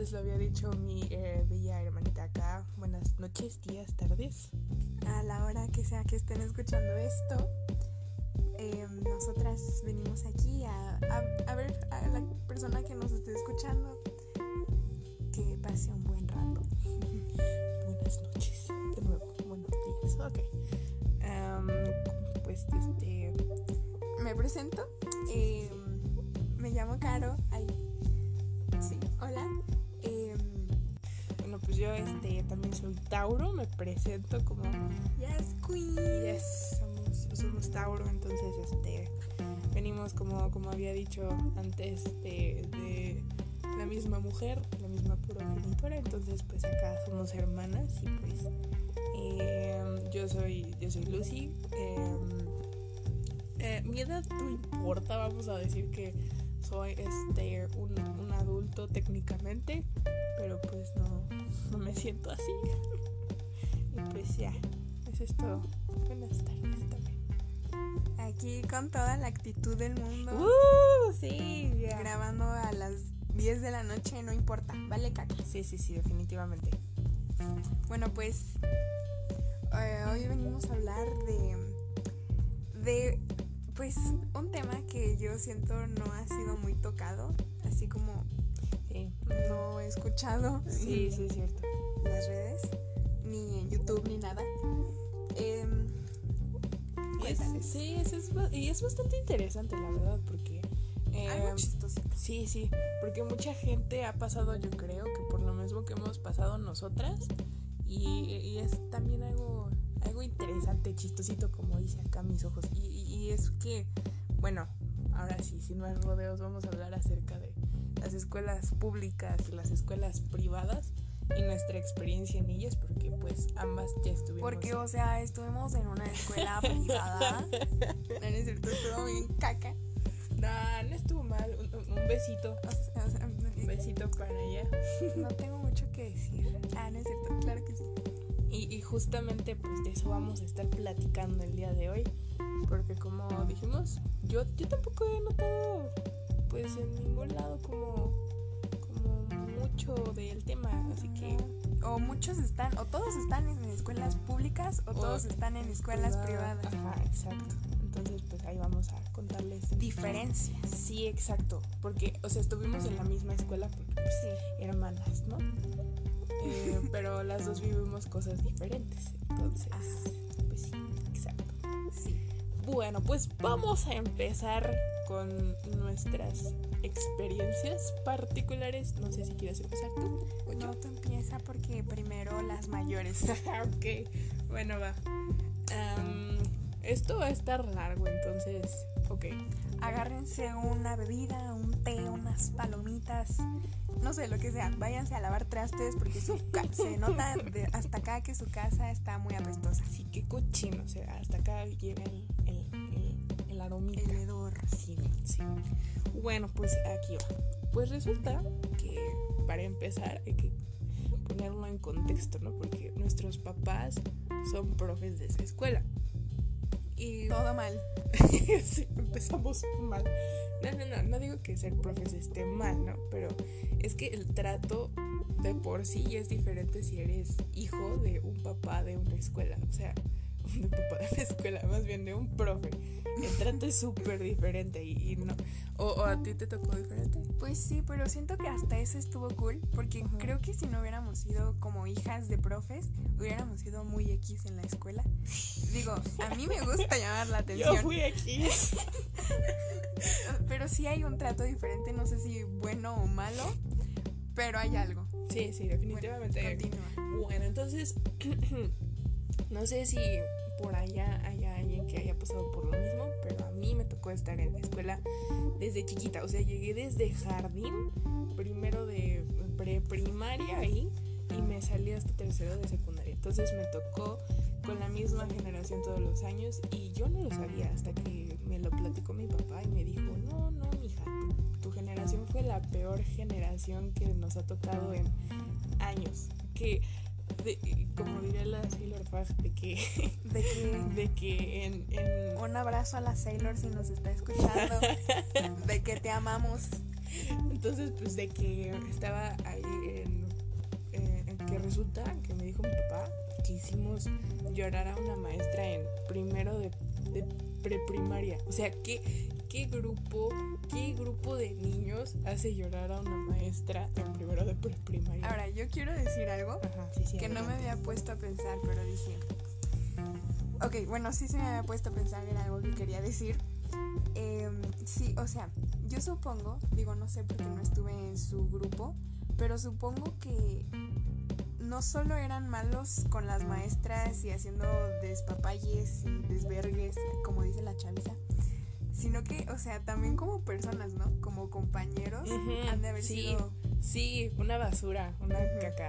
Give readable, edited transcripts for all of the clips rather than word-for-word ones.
les lo había dicho mi bella hermanita acá. Buenas noches, días, tardes. A la hora que sea que estén escuchando esto, nosotras venimos aquí a ver a la persona que nos esté escuchando que pase un buen rato. Buenas noches, de nuevo, buenos días. Ok. Pues me presento. Me llamo Caro. Sí, hola. Bueno, pues yo también soy Tauro. Me presento como Yes, Queen. Yes, somos Tauro. Entonces venimos como había dicho antes de la misma mujer, la misma progenitora. Entonces pues acá somos hermanas y pues yo soy Lucy. Mi edad no importa, vamos a decir que soy un adulto técnicamente, pero pues no me siento así. Y pues ya, eso es todo. Buenas tardes también. Aquí con toda la actitud del mundo. Sí, yeah. Grabando a las 10 de la noche, no importa, vale caca. Sí, definitivamente. Bueno, pues hoy venimos a hablar de pues un tema que yo siento no ha sido muy tocado, así como sí. No he escuchado sí, es cierto, las redes, ni en YouTube, ni nada. Sí, y es bastante interesante, la verdad, porque algo chistosito. Sí, porque mucha gente ha pasado, yo creo, que por lo mismo que hemos pasado nosotras, y es también algo interesante, chistosito, como dice acá mis ojos, y es que, bueno, ahora sí, sin más rodeos, vamos a hablar acerca de las escuelas públicas y las escuelas privadas y nuestra experiencia en ellas, porque pues ambas ya estuvimos. Porque, o sea, estuvimos en una escuela privada. No es cierto, estuvo bien caca. No estuvo mal, un besito. Un besito para ella. No tengo mucho que decir. No es cierto, claro que sí. Y justamente pues de eso vamos a estar platicando el día de hoy, porque como dijimos, yo tampoco he notado pues en ningún lado como mucho del tema, así que o todos están en escuelas públicas o todos están en escuelas privadas. Ajá, exacto. Entonces pues ahí vamos a contarles diferencias. Sí, exacto, porque o sea, estuvimos en la misma escuela porque pues sí, hermanas, ¿no? Pero las dos vivimos cosas diferentes, entonces pues sí, exacto. Sí. Bueno, pues vamos a empezar con nuestras experiencias particulares. No sé si quieres empezar tú o yo. No, tú empieza porque primero las mayores. Ok, bueno, va. Esto va a estar largo, entonces, ok. Agárrense una bebida, un té, unas palomitas, no sé, lo que sea. Váyanse a lavar trastes porque se nota hasta acá que su casa está muy apestosa. Sí, qué cochino, o sea, hasta acá llega el aromita. El hedor. Sí. Bueno, pues aquí va. Pues resulta que para empezar hay que ponerlo en contexto, ¿no? Porque nuestros papás son profes de esa escuela. Y todo mal. Sí, empezamos mal. No digo que ser profes esté mal, ¿no? Pero es que el trato de por sí es diferente si eres hijo de un papá de una escuela. O sea, de papá de una escuela, más bien de un profe. El trato es súper diferente y no. ¿O a ti te tocó diferente? Pues sí, pero siento que hasta eso estuvo cool, porque creo que si no hubiéramos sido como hijas de profes, hubiéramos sido muy X en la escuela. Digo, a mí me gusta llamar la atención. Yo fui X. Pero sí hay un trato diferente, no sé si bueno o malo, pero hay algo. Sí, definitivamente. Bueno, entonces, no sé si por allá hay alguien que haya pasado por lo mismo, pero a mí me tocó estar en la escuela desde chiquita. O sea, llegué desde jardín, primero de preprimaria ahí, y me salí hasta tercero de secundaria. Entonces me tocó con la misma generación todos los años, y yo no lo sabía hasta que me lo platicó mi papá y me dijo, no, mija, tu generación fue la peor generación que nos ha tocado en años. Que como diría la Sailor Fag, de que en un abrazo a la Sailor si nos está escuchando, de que te amamos. Entonces pues de que estaba ahí resulta que me dijo mi papá que hicimos llorar a una maestra en primero de preprimaria. O sea, ¿qué grupo de niños hace llorar a una maestra en primero de preprimaria? Ahora, yo quiero decir algo que no me había puesto a pensar, pero dije... Ok, bueno, sí se me había puesto a pensar en algo que quería decir. Sí, o sea, yo supongo, digo, no sé porque no estuve en su grupo, pero supongo que no solo eran malos con las maestras y haciendo despapalles y desvergues, como dice la chaviza, sino que, o sea, también como personas, ¿no? Como compañeros, han de haber sido... Sí, una basura, una caca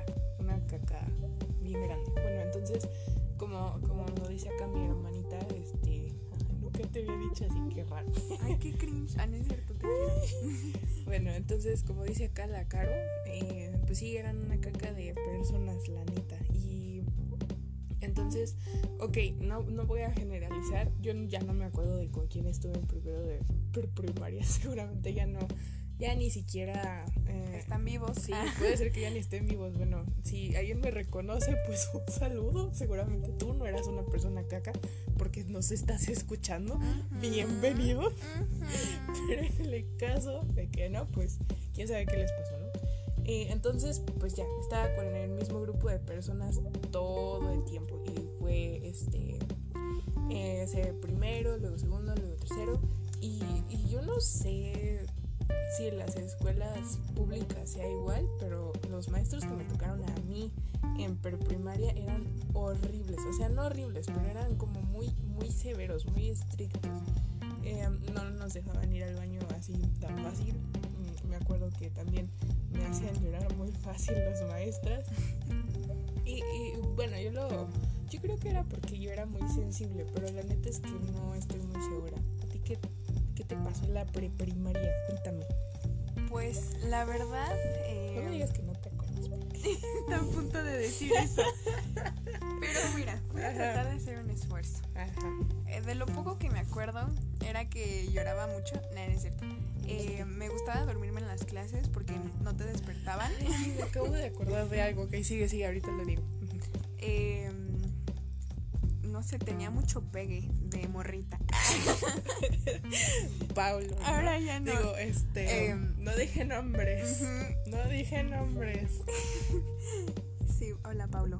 bien grande. Bueno, entonces, como lo dice acá mi hermanita, nunca te había dicho así, qué raro. Ay, qué cringe, no es cierto, te quiero. Bueno, entonces, como dice acá la Caro, pues sí, eran una caca de personas, la neta. Y entonces, ok, no voy a generalizar. Yo ya no me acuerdo de con quién estuve en primero de primaria. Seguramente ya ni siquiera están vivos. Sí, puede ser que ya ni estén vivos. Bueno, si alguien me reconoce, pues un saludo. Seguramente tú no eras una persona caca porque nos estás escuchando. Bienvenido. Pero en el caso de que no, pues quién sabe qué les pasó, ¿no? Entonces, pues ya, estaba con el mismo grupo de personas todo el tiempo. Y fue ese primero, luego segundo, luego tercero. Y yo no sé si en las escuelas públicas sea igual, pero los maestros que me tocaron a mí en preprimaria eran horribles. O sea, no horribles, pero eran como muy, muy severos, muy estrictos. No nos dejaban ir al baño así tan fácil. Me acuerdo que también me hacían llorar muy fácil las maestras. Y bueno, yo creo que era porque yo era muy sensible, pero la neta es que no estoy muy segura. ¿A ti qué te pasó en la preprimaria? Cuéntame. Pues la verdad... No me digas que no te acuerdas. Está a punto de decir eso. Pero mira, voy a tratar de hacer un esfuerzo. De lo poco que me acuerdo era que lloraba mucho. No es cierto. Me gustaba dormirme en las clases porque no te despertaban. Sí, me acabo de acordar de algo. Ok, sigue, ahorita lo digo. No sé, tenía mucho pegue de morrita. Paulo, ¿no? Ahora ya no. Digo, no dije nombres. No dije nombres. Sí, hola, Paulo.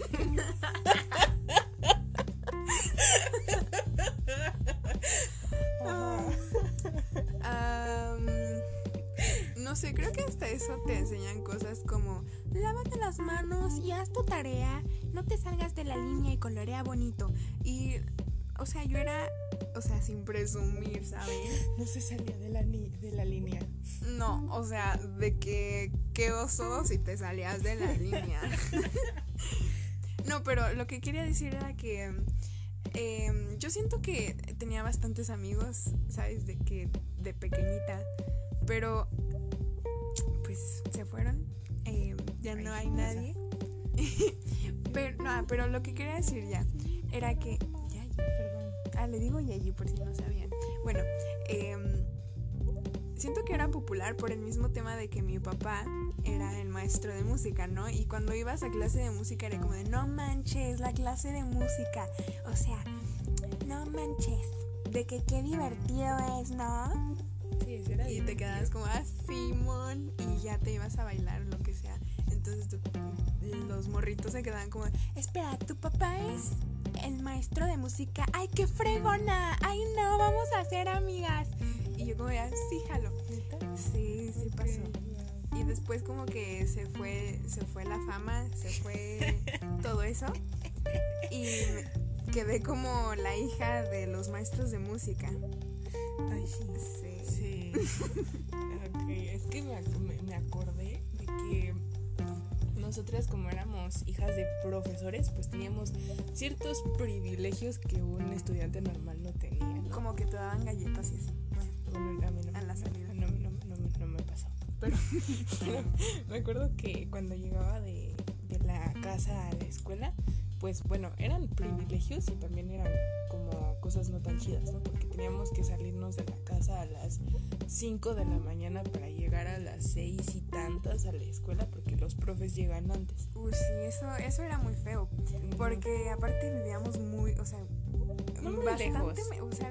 No sé, creo que hasta eso te enseñan cosas como lávate las manos y haz tu tarea, no te salgas de la línea y colorea bonito. Y, o sea, yo era, sin presumir, ¿sabes? No se salía de la línea. No, o sea, de que qué oso si te salías de la línea. No, pero lo que quería decir era que yo siento que tenía bastantes amigos, ¿sabes? De pequeñita, pero pues se fueron, ya no hay nadie. Pero lo que quería decir ya era que le digo Yayi por si no sabían. Bueno, siento que era popular por el mismo tema de que mi papá era el maestro de música, ¿no? Y cuando ibas a clase de música era como de no manches, la clase de música, o sea, no manches, de que qué divertido es, ¿no? Sí, era y te quedabas como, Simón, y ya te ibas a bailar o lo que sea. Entonces los morritos se quedaban como, espera, ¿tu papá es el maestro de música? ¡Ay, qué fregona! ¡Ay, no, vamos a ser amigas! Y yo como, sí, jalo. Sí pasó. Y después como que se fue la fama, se fue todo eso. Y quedé como la hija de los maestros de música. Ay, sí. Okay. Es que me acordé de que nosotras, como éramos hijas de profesores, pues teníamos ciertos privilegios que un estudiante normal no tenía, ¿no? Como que te daban galletas y así. Bueno, a mí no, a la salida. No me pasó. Pero me acuerdo que cuando llegaba de la casa a la escuela, pues bueno, eran privilegios y también eran como cosas no tan chidas, ¿no? Porque teníamos que salirnos de la casa a las 5 de la mañana para llegar a las 6 y tantas a la escuela porque los profes llegan antes. Sí, eso era muy feo, porque aparte vivíamos muy, o sea, no muy bastante lejos. O sea,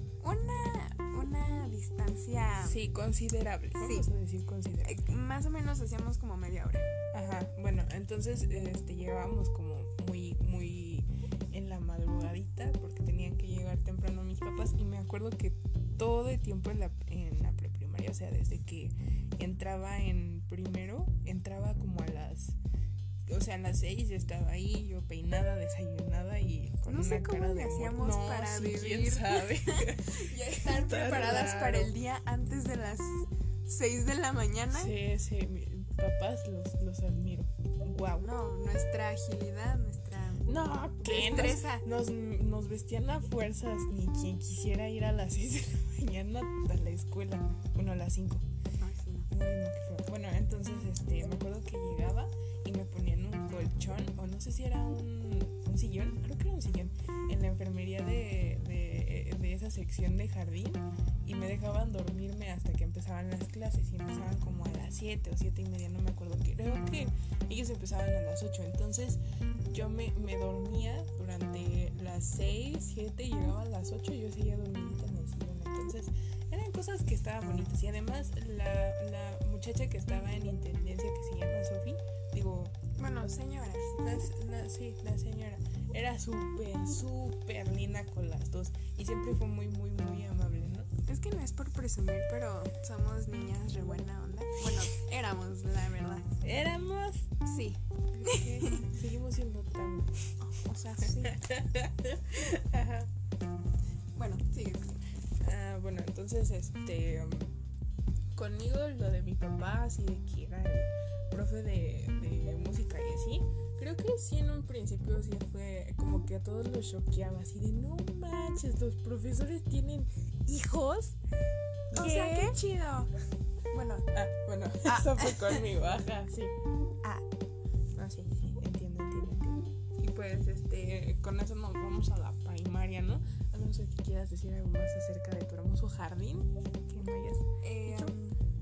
una distancia... Sí, considerable, vamos a decir considerable. Más o menos hacíamos como media hora. Ajá, bueno, entonces llegábamos como muy en la madrugadita porque tenían que llegar temprano mis papás y me acuerdo que todo el tiempo en la preprimaria, o sea, desde que entraba en primero, entraba como a las 6 ya estaba ahí, yo peinada, desayunada y con no una sé cómo cara le de hacíamos para vivir. ¿Quién sabe? Ya estar preparadas para el día antes de las 6 de la mañana. Sí, mis papás los admiro. Wow. No, nuestra agilidad, No, ¿qué? destreza. Nos vestían a fuerzas, ni quien quisiera ir a las 6 de la mañana a la escuela. Bueno, a las 5. Ay, sí, no. Ay, no, qué feo. Bueno, entonces me acuerdo que llegaba y me ponían un colchón, o no sé si era un sillón, creo que era un sillón, en la enfermería de esa sección de jardín y me dejaban dormirme hasta que empezaban las clases y empezaban como a las 7 o 7:30, no me acuerdo, creo que ellos empezaban a las 8, entonces yo me dormía durante las 6, 7 y llegaba a las 8 y yo seguía dormidita en el sillón, entonces eran cosas que estaban bonitas y además la muchacha que estaba en intendencia que se llama Sofi, bueno, señora, la señora era súper linda con las dos y siempre fue muy amable, ¿no? Es que no es por presumir, pero somos niñas re buena onda. Bueno, éramos, la verdad. ¿Éramos? Sí. Seguimos siendo tan... O sea, sí. Ajá. Bueno, sigue. Bueno, entonces, conmigo lo de mi papá, así de que era el profe de música y así, creo que sí en un principio sí fue como que a todos los choqueaba, así de no manches, los profesores tienen hijos. O sea, qué chido. Bueno, eso fue conmigo, ajá, sí. Sí, entiendo. Y pues, con eso nos vamos a la primaria, ¿no? No sé si quieras decir algo más acerca de tu hermoso jardín que me hayas dicho.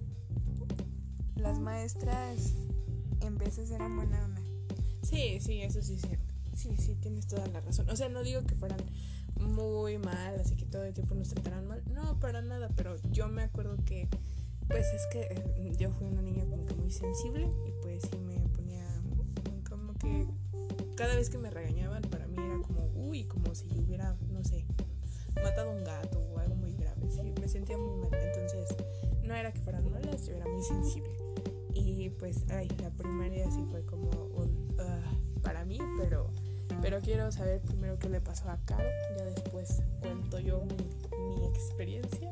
Las maestras en veces eran buena onda. Sí, eso sí es cierto. Sí, tienes toda la razón. O sea, no digo que fueran muy mal, así que todo el tiempo nos trataran mal. No, para nada, pero yo me acuerdo que, pues es que yo fui una niña como que muy sensible y pues sí me ponía como que cada vez que me regañaban para mí era como, como si yo hubiera, no sé, matado a un gato o algo muy grave. Sí, me sentía muy mal. Entonces, no era que fueran malas, yo era muy sensible. Y pues, la primaria sí fue como para mí, pero quiero saber primero qué le pasó a Caro, ya después cuento yo mi experiencia.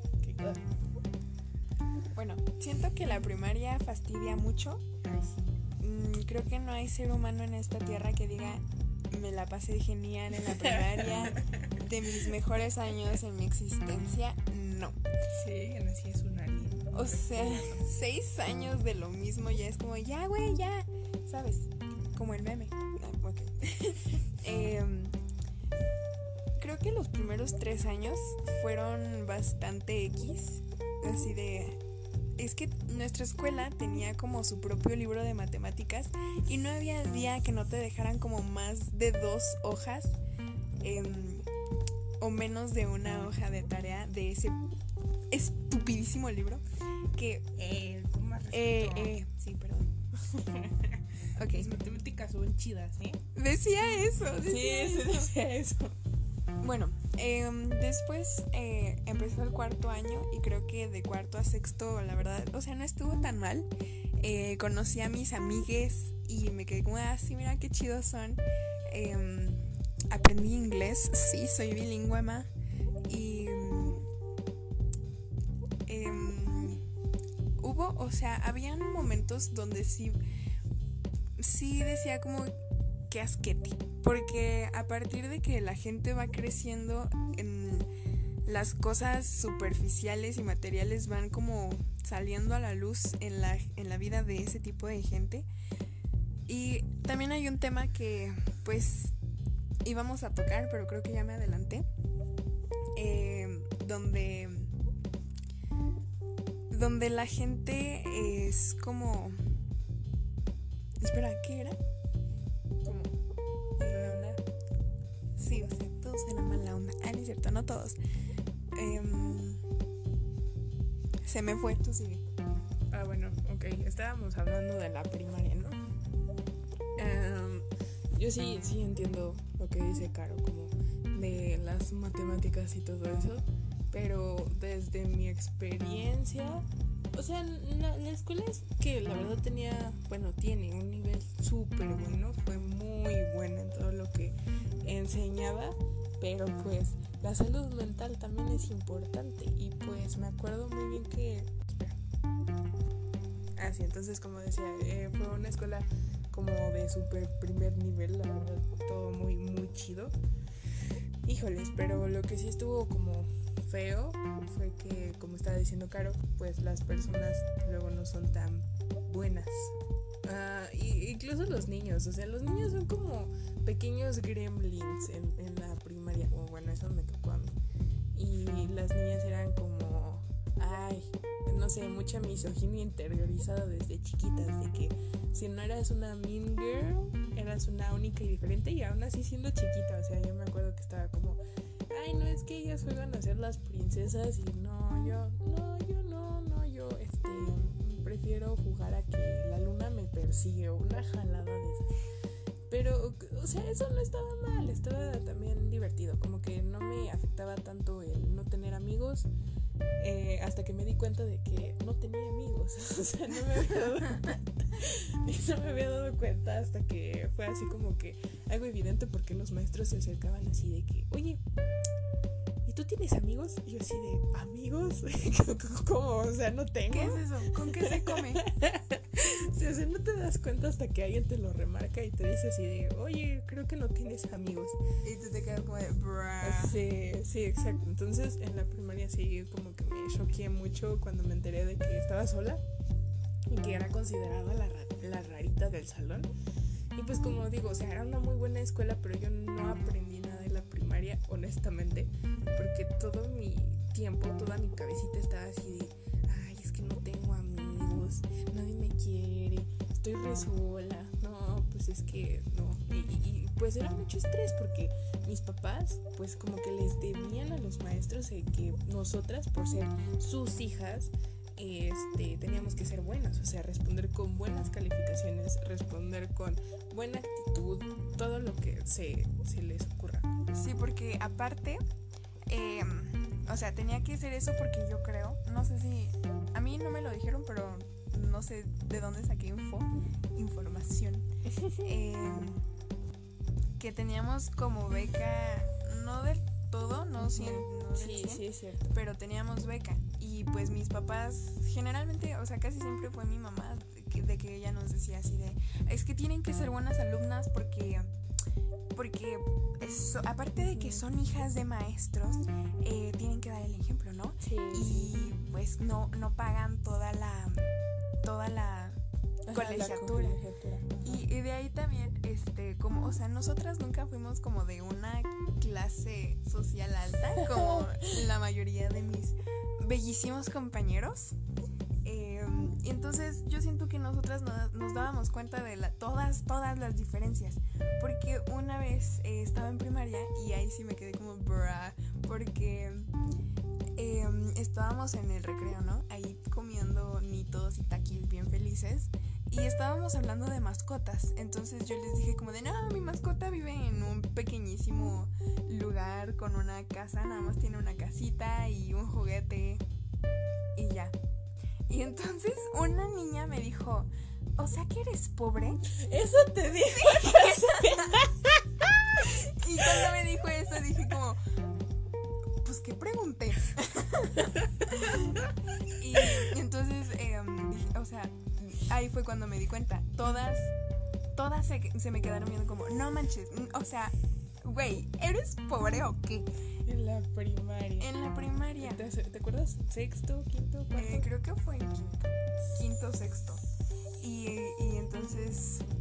Bueno, siento que la primaria fastidia mucho. Creo que no hay ser humano en esta tierra que diga me la pasé genial en la primaria, de mis mejores años en mi existencia. No. Sí, así es una linda. O sea, 6 años de lo mismo ya es como, ya, güey, ya, ¿sabes? Como el meme. Creo que los primeros 3 años fueron bastante X. Así de... Es que nuestra escuela tenía como su propio libro de matemáticas y no había día que no te dejaran como más de 2 hojas o menos de una hoja de tarea de ese estupidísimo libro que... sí, perdón. Okay. Las matemáticas son chidas, ¿eh? Decía eso. Decía eso. Bueno, después empezó el 4º año y creo que de 4º a 6º, la verdad, o sea, no estuvo tan mal. Conocí a mis amigues y me quedé como, sí, mira qué chidos son. Aprendí inglés, sí, soy bilingüe, ma. Y o sea, habían momentos donde sí decía como que asquete, porque a partir de que la gente va creciendo, las cosas superficiales y materiales van como saliendo a la luz en la vida de ese tipo de gente. Y también hay un tema que pues íbamos a tocar, pero creo que ya me adelanté. Donde la gente es como... Espera, ¿qué era? Como mala onda. Sí, o sea, todos eran mala onda. No es cierto, no todos. Se me fue, tú sigue. Bueno, ok, estábamos hablando de la primaria, ¿no? Yo sí entiendo lo que dice Caro, como de las matemáticas y todo eso, pero desde mi experiencia, o sea, la escuela es que la verdad tiene un nivel súper bueno, fue muy buena en todo lo que enseñaba, pero pues la salud mental también es importante y pues me acuerdo muy bien que... sí, entonces como decía, fue una escuela como de súper primer nivel, la verdad, todo muy, muy chido. Híjoles, pero lo que sí estuvo como feo fue que, como estaba diciendo Caro, pues las personas luego no son tan buenas. Incluso los niños, o sea, los niños son como pequeños gremlins en la primaria, o bueno, eso me tocó a mí. Y las niñas eran como, no sé, mucha misoginia interiorizada desde chiquitas, de que si no eras una mean girl, eras una única y diferente, y aún así siendo chiquita, o sea, yo me acuerdo que estaba como, no, es que ellas juegan a ser las princesas y yo prefiero jugar a que la luna me persigue o una jalada de esas. Pero, o sea, eso no estaba mal, estaba también divertido, como que no me afectaba tanto el no tener amigos, hasta que me di cuenta de que no tenía amigos, o sea, no me había dado cuenta hasta que fue así como que algo evidente, porque los maestros se acercaban así de que, oye, ¿y tú tienes amigos? Y yo así de, ¿amigos? ¿Cómo? O sea, no tengo. ¿Qué es eso? ¿Con qué se come? Sí, o sea, no te das cuenta hasta que alguien te lo remarca y te dice así de, oye, creo que no tienes amigos. Y tú te quedas como de, bruh. Sí, exacto. Entonces, en la primaria sí, como que me choqué mucho cuando me enteré de que estaba sola y que era considerada la rarita del salón. Y pues como digo, o sea, era una muy buena escuela, pero yo no aprendí nada de la primaria, honestamente, porque todo mi tiempo, toda mi cabecita estaba así de, es que no tengo amigos, nadie me quiere, estoy re sola, no, pues es que no. Y pues era mucho estrés, porque mis papás pues como que les debían a los maestros que nosotras, por ser sus hijas, teníamos que ser buenas, o sea, responder con buenas calificaciones, responder con buena actitud, todo lo que se les ocurra. Sí, porque aparte, o sea, tenía que ser eso, porque yo creo, no sé si, a mí no me lo dijeron, pero no sé de dónde saqué información, que teníamos como beca, no del todo, no 100, sí, es cierto, pero teníamos beca. Y pues mis papás, generalmente, o sea, casi siempre fue mi mamá de que ella nos decía así de, es que tienen que ser buenas alumnas porque aparte de que son hijas de maestros, tienen que dar el ejemplo, ¿no? Sí, y pues no pagan toda la colegiatura. Y de ahí también, como, o sea, nosotras nunca fuimos como de una clase social alta, como la mayoría de mis bellísimos compañeros. Y entonces yo siento que nosotras nos dábamos cuenta de todas las diferencias, porque una vez estaba en primaria y ahí sí me quedé como porque estábamos en el recreo, ¿no? Ahí comiendo nitos y taquis bien felices, y estábamos hablando de mascotas. Entonces yo les dije como de, no, mi mascota vive en un pequeñísimo lugar con una casa, nada más tiene una casita y un juguete y ya. Y entonces una niña me dijo, ¿o sea que eres pobre? Eso te dijo. Y cuando me dijo eso dije como, pues ¿qué pregunté? y entonces, o sea, ahí fue cuando me di cuenta. Todas se me quedaron viendo como, no manches, o sea, güey, ¿eres pobre o qué? En la primaria. ¿Te acuerdas? ¿Sexto, quinto, cuarto? Creo que fue en quinto, sexto. Y entonces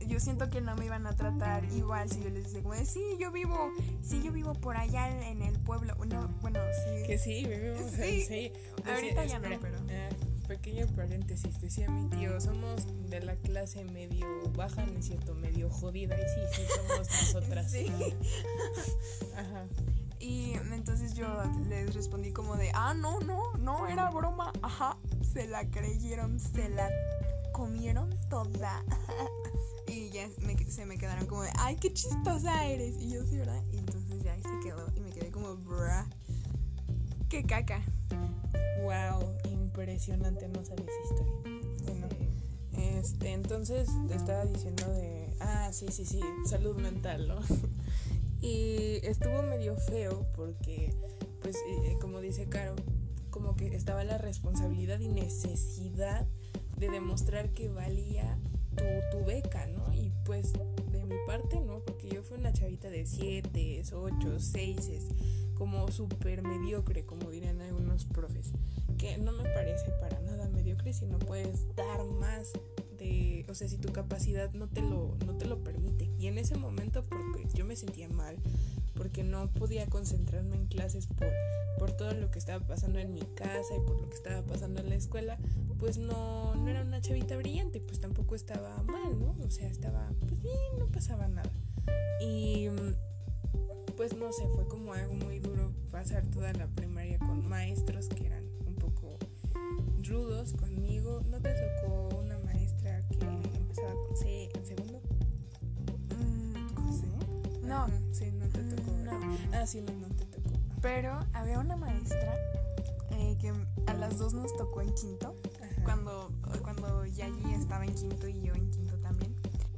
yo siento que no me iban a tratar igual si yo les decía como de, sí, yo vivo por allá en el pueblo. No, bueno, sí. Que sí, vivimos sí. Ahorita ya no, pero... pequeño paréntesis, decía mi tío, somos de la clase medio baja, no es cierto, medio jodida, y sí, somos nosotras. Sí. Ajá. Y entonces yo les respondí como de, no, era broma. Ajá, se la creyeron, se la comieron toda. Y ya se me quedaron como de, ay, qué chistosa eres. Y yo sí, ¿verdad? Y entonces ya ahí se quedó y me quedé como, bruh, qué caca. Wow, impresionante, no sabía esa historia. Bueno, entonces te estaba diciendo de, sí, salud mental, ¿no? Y estuvo medio feo porque, pues, como dice Caro, como que estaba la responsabilidad y necesidad de demostrar que valía tu beca, ¿no? Y pues de mi parte, ¿no? Porque yo fui una chavita de 7, 8, 6, como súper mediocre, como dirían algunos profes, que no me parece para nada mediocre si no puedes dar más de, o sea, si tu capacidad no te lo permite. Y en ese momento, porque yo me sentía mal, porque no podía concentrarme en clases por todo lo que estaba pasando en mi casa y por lo que estaba pasando en la escuela, pues no era una chavita brillante, pues tampoco estaba mal, ¿no? O sea, estaba pues bien, no pasaba nada. Y pues no sé, fue como algo muy duro pasar toda la primaria con maestros que eran un poco rudos conmigo. ¿No te tocó una maestra que empezaba con C en segundo? ¿Con C? No. Sí, no te tocó. No. Sí, no te tocó. Pero había una maestra que a las dos nos tocó en quinto. Ajá. Cuando Yayi estaba en quinto y yo en quinto también.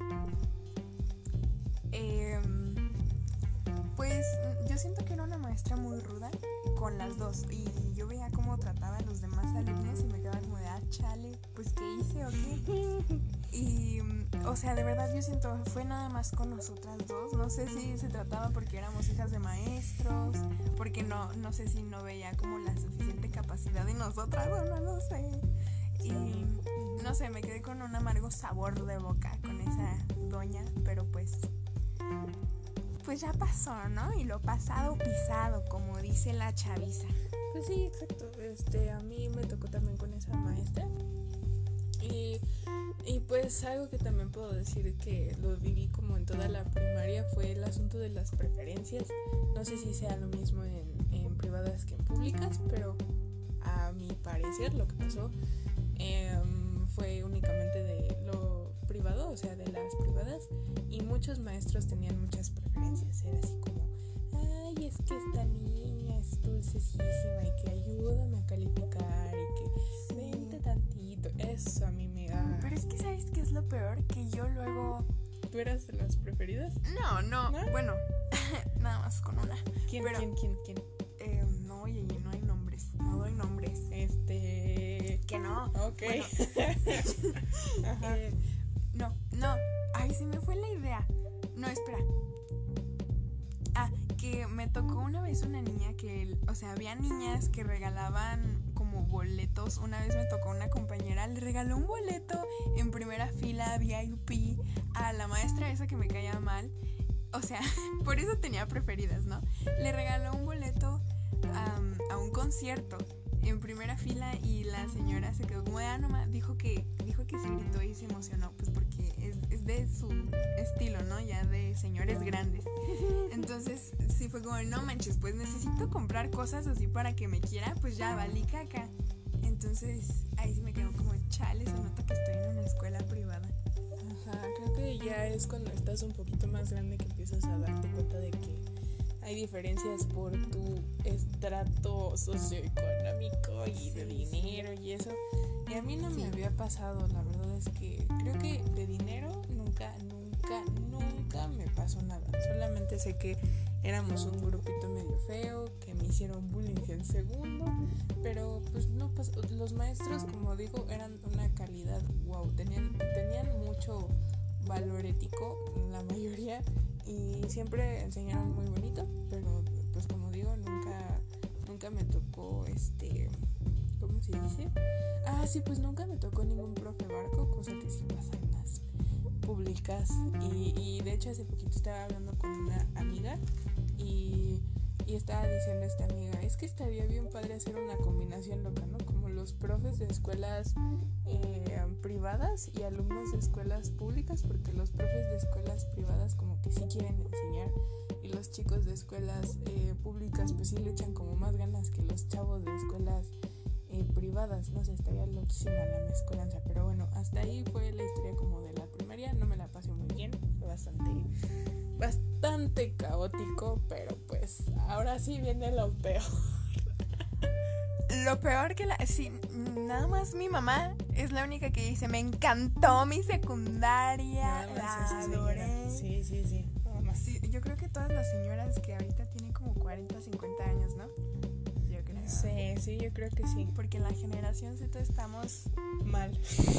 Pues yo siento que era una maestra muy ruda con las dos. Y yo veía cómo trataba a los demás alumnos y me quedaba como de, chale, pues ¿qué hice o qué? Y, o sea, de verdad yo siento, fue nada más con nosotras dos. No sé si se trataba porque éramos hijas de maestros, porque no sé si no veía como la suficiente capacidad de nosotras, o no sé. Y no sé, me quedé con un amargo sabor de boca con esa doña, pero pues ya pasó, ¿no? Y lo pasado pisado, como dice la chaviza. Pues sí, exacto. A mí me tocó también con esa maestra. Y pues algo que también puedo decir que lo viví como en toda la primaria fue el asunto de las preferencias. No sé si sea lo mismo en privadas que en públicas, pero a mi parecer lo que pasó fue únicamente de lo privado, o sea, de las privadas, y muchos maestros tenían muchas preferencias. Era así como, ay, es que esta niña es dulcesísima y que ayúdame a calificar y que vente tantito. Eso a mí me da. Pero es que, ¿sabes qué es lo peor? Que yo luego... ¿Tú eras de las preferidas? No, bueno, nada más con una. ¿Quién? No, oye, no hay nombres, no doy nombres. Que no. Ok. Bueno. Ajá. No, ay, se me fue la idea. No, espera. Que me tocó una vez una niña que, o sea, había niñas que regalaban como boletos. Una vez me tocó una compañera, le regaló un boleto en primera fila VIP a la maestra esa que me caía mal. O sea, por eso tenía preferidas, ¿no? Le regaló un boleto a un concierto en primera fila y la señora se quedó como de, dijo que se gritó y se emocionó, pues porque es de su estilo, ¿no? Ya de señores grandes. Entonces sí fue como, no manches, pues necesito comprar cosas así para que me quiera, pues ya valí caca. Entonces ahí sí me quedó como, chale, se nota que estoy en una escuela privada. Ajá, creo que ya es cuando estás un poquito más grande que empiezas a darte cuenta de que hay diferencias por tu estrato socioeconómico y de dinero y eso. Y a mí no me había pasado, la verdad es que creo que de dinero nunca me pasó nada. Solamente sé que éramos un grupito medio feo, que me hicieron bullying en segundo, pero pues no pasó. Los maestros, como digo, eran una calidad wow, tenían mucho valor ético, la mayoría, y siempre enseñaron muy bonito, pero pues como digo, nunca me tocó ¿cómo se dice? Sí, pues nunca me tocó ningún profe barco, cosa que sí pasa en las públicas y de hecho hace poquito estaba hablando con una amiga y estaba diciendo esta amiga, es que estaría bien padre hacer una combinación loca, ¿no? Como los profes de escuelas privadas y alumnos de escuelas públicas, porque los profes de escuelas privadas como que sí quieren enseñar y los chicos de escuelas públicas pues sí le echan como más ganas que los chavos de escuelas privadas, no sé, estaría loquísima la mezcolanza, pero bueno, hasta ahí fue la historia como de la primaria, no me la pasé muy bien, fue bastante caótico, pero pues ahora sí viene lo peor. Lo peor que sí, nada más mi mamá es la única que dice, me encantó mi secundaria, la adoré. Sí. Sí, yo creo que todas las señoras que ahorita tienen como 40, 50 años, ¿no? Yo creo. Sí, yo creo que sí. Porque en la generación Z estamos mal.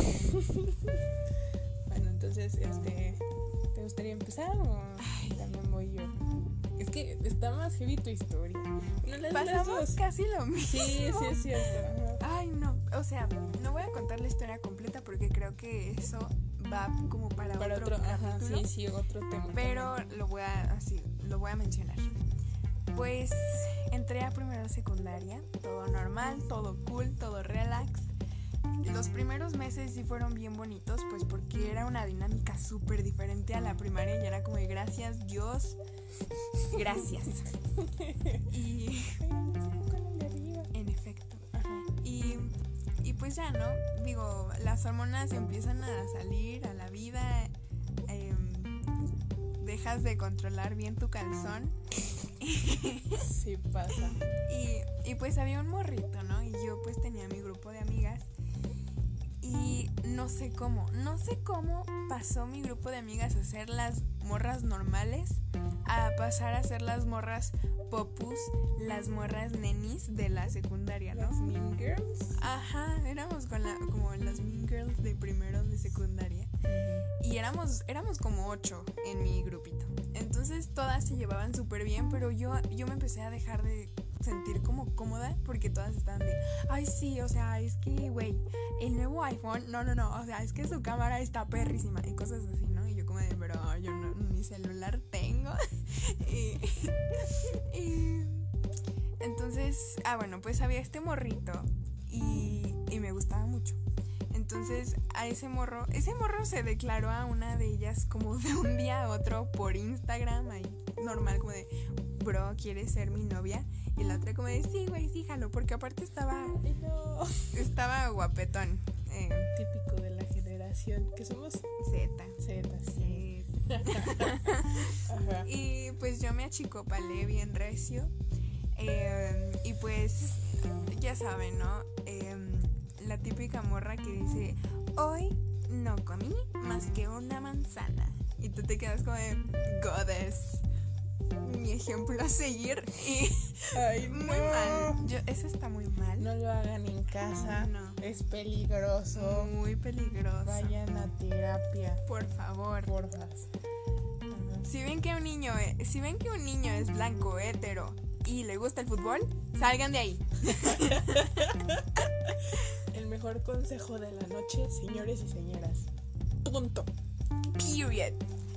Bueno, entonces, ¿te gustaría empezar o también voy yo? Es que está más heavy tu historia. Pasamos casi lo mismo. Sí, es cierto. Ay, no. O sea, no voy a contar la historia completa porque creo que eso va como para otro capítulo. Sí, otro tema. Pero lo voy a mencionar. Pues entré a primero de secundaria, todo normal, todo cool, todo relax. Los primeros meses sí fueron bien bonitos, pues porque era una dinámica súper diferente a la primaria y era como de gracias Dios, gracias. Y en efecto. Y pues ya, ¿no? Digo, las hormonas empiezan a salir a la vida, dejas de controlar bien tu calzón. Sí pasa. Y pues había un morrito, ¿no? Y yo pues tenía mi grupo de amigas. Y no sé cómo pasó mi grupo de amigas a ser las morras normales a pasar a ser las morras popus, las morras nenis de la secundaria, ¿no? Las Mean Girls. Ajá, éramos como las Mean Girls de primero de secundaria. Y éramos como 8 en mi grupito. Entonces todas se llevaban súper bien, pero yo me empecé a dejar de sentir como cómoda porque todas estaban de, ay sí, o sea, es que güey, el nuevo iPhone, no, o sea, es que su cámara está perrísima y cosas así, ¿no? Y yo como de, pero yo no, ni celular tengo. y entonces, bueno, pues había este morrito y me gustaba mucho. Entonces a ese morro se declaró a una de ellas como de un día a otro por Instagram, ahí normal, como de, bro, ¿quieres ser mi novia? Y la otra como de, sí, güey, sí, jalo, porque aparte estaba guapetón. Típico de la generación, que somos Z. Sí. Ajá. Y pues yo me achicopalé bien recio. Y pues, ya saben, ¿no? La típica morra que dice, hoy no comí más que una manzana. Y tú te quedas como de, goddess, mi ejemplo a seguir. Y ay, muy mal. Eso está muy mal. No lo hagan en casa. No. Es peligroso. Muy peligroso. Vayan a terapia. Por favor. Porfas. Si ven que un niño es blanco, hétero y le gusta el fútbol, salgan de ahí. El mejor consejo de la noche, señores y señoras. Punto. Period.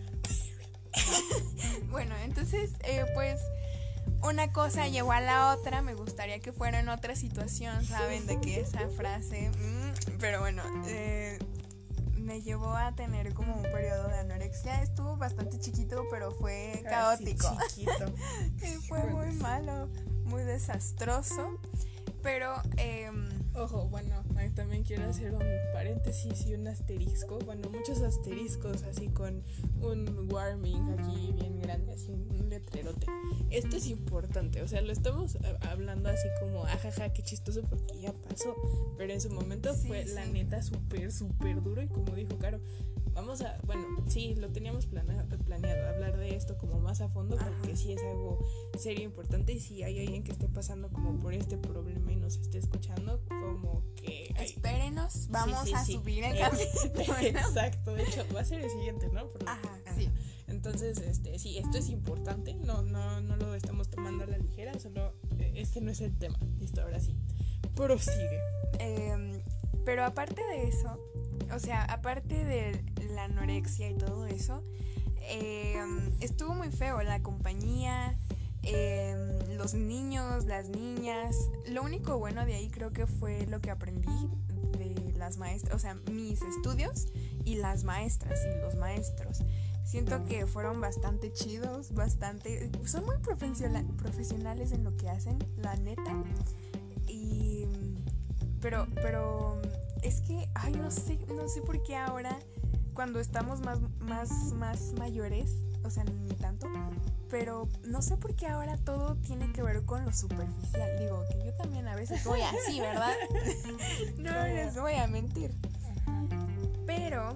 Bueno, entonces, pues una cosa llevó a la otra. Me gustaría que fuera en otra situación, ¿saben? De que esa frase. Pero bueno, me llevó a tener como un periodo de anorexia. Estuvo bastante chiquito, pero fue caótico. Sí, chiquito. Fue muy malo, muy desastroso. Pero, ojo, bueno, también quiero hacer un paréntesis y un asterisco. Bueno, muchos asteriscos así con un warming aquí bien grande, así un letrerote. Esto es importante, o sea, lo estamos hablando así como, ajaja, qué chistoso porque ya pasó. Pero en su momento fue la neta súper duro y como dijo Caro, sí, lo teníamos planeado hablar de esto como más a fondo porque sí es algo serio, importante y si hay alguien que esté pasando como por este problema y nos esté escuchando, como que... espérenos, vamos a subir el capítulo. Exacto, de hecho va a ser el siguiente, ¿no? Sí. Entonces, sí, esto es importante, no lo estamos tomando a la ligera, solo este no es el tema. Listo, ahora sí, prosigue. Pero aparte de eso, o sea, aparte de la anorexia y todo eso, estuvo muy feo la compañía, los niños, las niñas. Lo único bueno de ahí creo que fue lo que aprendí de las maestras, o sea, mis estudios y las maestras y los maestros. Siento que fueron bastante chidos, son muy profesionales en lo que hacen, la neta. Pero es que, ay, no sé por qué ahora, cuando estamos más mayores, o sea, ni tanto, pero no sé por qué ahora todo tiene que ver con lo superficial. Digo, que yo también a veces voy así, ¿verdad? No les voy a mentir. Pero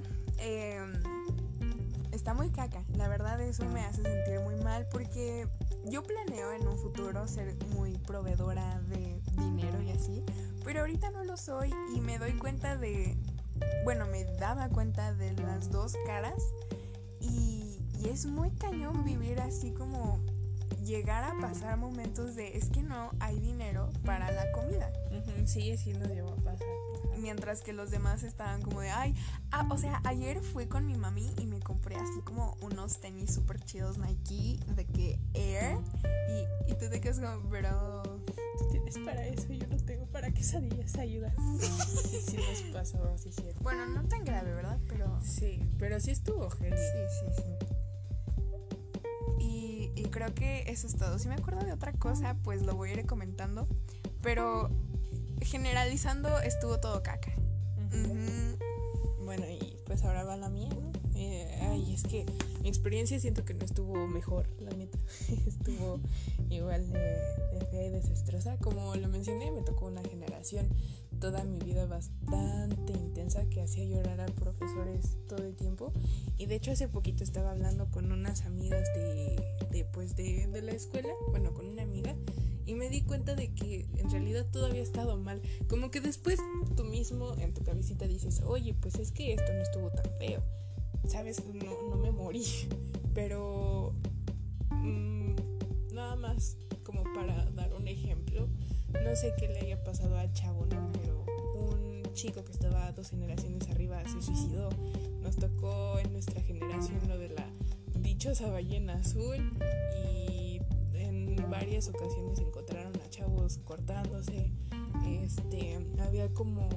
está muy caca. La verdad, eso me hace sentir muy mal porque yo planeo en un futuro ser muy proveedora de dinero y así, pero ahorita no lo soy y me doy cuenta me daba cuenta de las dos caras y es muy cañón vivir así, como llegar a pasar momentos de es que no hay dinero para la comida. Sí nos llevó a pasar. Mientras que los demás estaban como de o sea, ayer fui con mi mami y me compré así como unos tenis súper chidos Nike de que Air y tú te quedas como, bro, tú tienes para eso y yo no tengo para quesadillas, ayuda. Sí nos pasó, sí, cierto. Bueno, no tan grave, ¿verdad? Pero sí estuvo genial. Sí. Y creo que eso es todo. Si me acuerdo de otra cosa, pues lo voy a ir comentando, pero generalizando, estuvo todo caca. Bueno, y pues ahora va la mía, ¿no? Es que mi experiencia siento que no estuvo mejor, la neta. Estuvo igual de fea y desastrosa. Como lo mencioné, me tocó una generación toda mi vida bastante intensa que hacía llorar a profesores todo el tiempo. Y de hecho hace poquito estaba hablando con unas amigas de la escuela, bueno, con una amiga, y me di cuenta de que en realidad todo había estado mal. Como que después tú mismo en tu cabecita dices, oye, pues es que esto no estuvo tan feo, ¿sabes? No me morí. Pero nada más como para dar un ejemplo, no sé qué le haya pasado al chavo, ¿no? Pero un chico que estaba 2 generaciones arriba se suicidó. Nos tocó en nuestra generación lo de la dichosa ballena azul y en varias ocasiones encontraron a chavos cortándose. Había como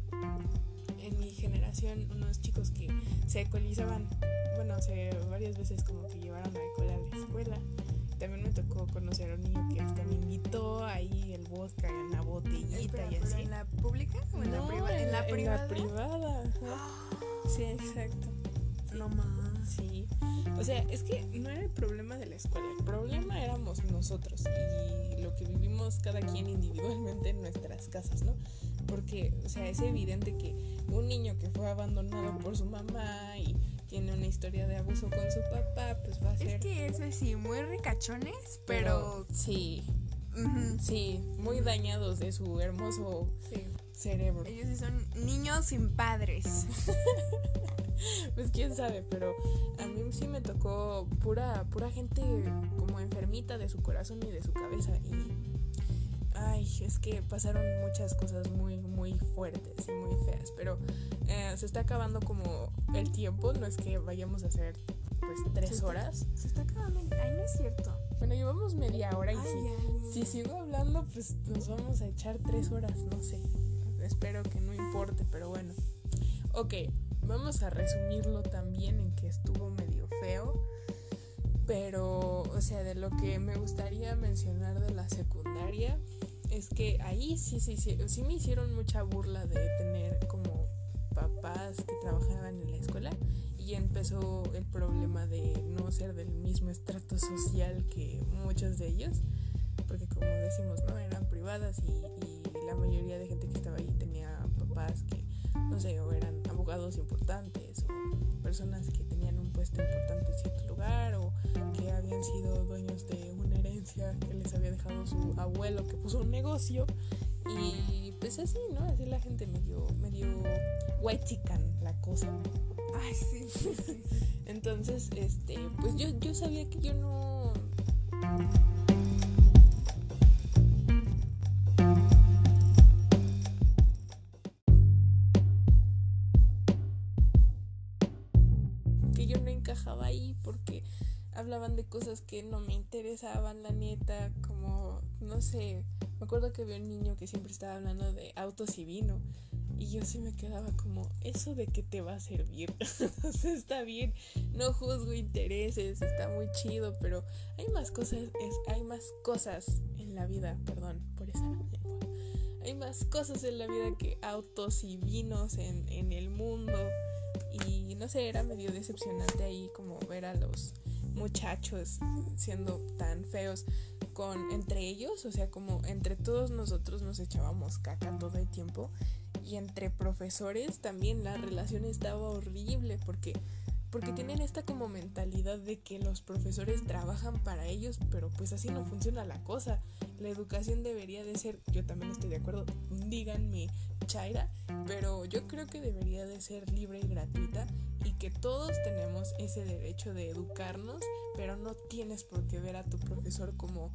en mi generación unos chicos que se alcoholizaban, varias veces como que llevaron alcohol a la escuela. También me tocó conocer a un niño que hasta me invitó ahí el vodka en la botellita y así. ¿En la pública o en la privada? En la privada. Sí, exacto. Sí. No más. Sí. O sea, es que no era el problema de la escuela, el problema éramos nosotros y lo que vivimos cada quien individualmente en nuestras casas, ¿no? Porque, o sea, es evidente que un niño que fue abandonado por su mamá y tiene una historia de abuso con su papá, pues va a ser... Es que eso sí, muy ricachones, pero... Sí, sí, muy dañados de su hermoso cerebro. Ellos sí son niños sin padres. Pues quién sabe, pero a mí sí me tocó pura gente como enfermita de su corazón y de su cabeza. Y es que pasaron muchas cosas muy, muy fuertes y muy feas. Pero se está acabando como el tiempo. No es que vayamos a hacer pues 3 horas. Se está acabando. Ay, no es cierto. Bueno, llevamos media hora y si sigo hablando, pues nos vamos a echar 3 horas. No sé. Espero que no importe, pero bueno. Ok. Vamos a resumirlo también en que estuvo medio feo, pero, o sea, de lo que me gustaría mencionar de la secundaria es que ahí sí me hicieron mucha burla de tener como papás que trabajaban en la escuela y empezó el problema de no ser del mismo estrato social que muchos de ellos, porque como decimos, ¿no? Eran privadas y la mayoría de gente que estaba ahí tenía papás que, no sé, o eran abogados importantes o personas que tenían un puesto importante en cierto lugar o que habían sido dueños de una herencia que les había dejado su abuelo que puso un negocio y pues así, ¿no? Así la gente medio white chican la cosa. Ay, sí. Entonces, pues yo sabía que yo no... porque hablaban de cosas que no me interesaban, la neta, como, no sé, me acuerdo que había un niño que siempre estaba hablando de autos y vino, y yo sí me quedaba como, ¿eso de qué te va a servir? O sea, está bien, no juzgo intereses, está muy chido, pero hay más cosas en la vida, perdón por esa lengua. Hay más cosas en la vida que autos y vinos en el mundo. Y no sé, era medio decepcionante ahí como ver a los muchachos siendo tan feos entre ellos, o sea, como entre todos nosotros nos echábamos caca todo el tiempo, y entre profesores también la relación estaba horrible porque tienen esta como mentalidad de que los profesores trabajan para ellos, pero pues así no funciona la cosa. La educación debería de ser, yo también estoy de acuerdo, díganme Chaira, pero yo creo que debería de ser libre y gratuita, y que todos tenemos ese derecho de educarnos, pero no tienes por qué ver a tu profesor como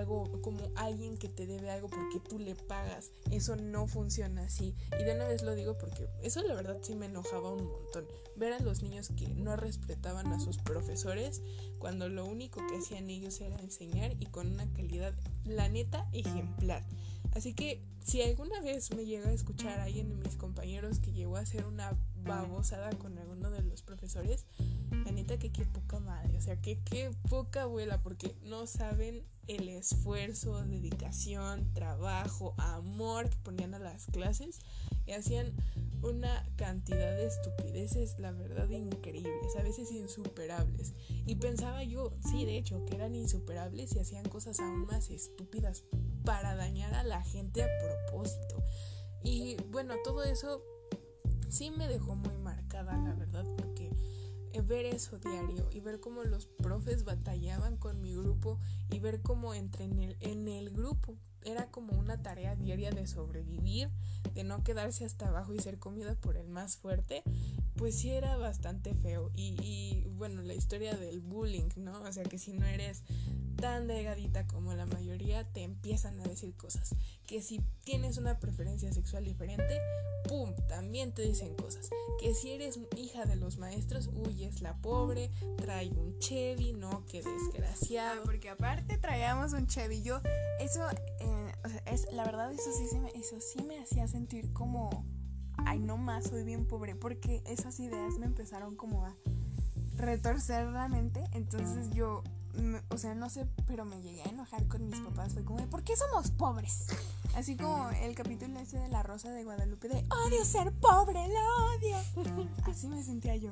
alguien que te debe algo porque tú le pagas. Eso no funciona así, y de una vez lo digo porque eso la verdad sí me enojaba un montón, ver a los niños que no respetaban a sus profesores cuando lo único que hacían ellos era enseñar, y con una calidad, la neta, ejemplar. Así que si alguna vez me llega a escuchar a alguien de mis compañeros que llegó a hacer una babosada con alguno de los profesores, la neta que qué poca madre, o sea, que qué poca abuela, porque no saben el esfuerzo, dedicación, trabajo, amor que ponían a las clases, y hacían una cantidad de estupideces, la verdad, increíbles, a veces insuperables. Y pensaba yo, sí, de hecho, que eran insuperables y hacían cosas aún más estúpidas para dañar a la gente a propósito. Y bueno, todo eso sí me dejó muy marcada, la verdad, porque ver eso diario y ver cómo los profes batallaban con mi grupo, y ver cómo en el grupo era como una tarea diaria de sobrevivir, de no quedarse hasta abajo y ser comida por el más fuerte, pues sí era bastante feo. Y bueno, la historia del bullying, ¿no? O sea, que si no eres tan delgadita como la mayoría, te empiezan a decir cosas. Que si tienes una preferencia sexual diferente, ¡pum!, también te dicen cosas. Que si eres hija de los maestros, uy, es la pobre, trae un Chevy, no, qué desgraciado. Porque aparte traíamos un Chevy. Yo, eso, o sea, la verdad, eso sí me hacía sentir como, ay, no más, soy bien pobre. Porque esas ideas me empezaron como a retorcer la mente. Entonces yo, o sea, no sé, pero me llegué a enojar con mis papás. Fue como, ¿por qué somos pobres? Así como el capítulo ese de La Rosa de Guadalupe, de odio ser pobre, lo odio. Así me sentía yo.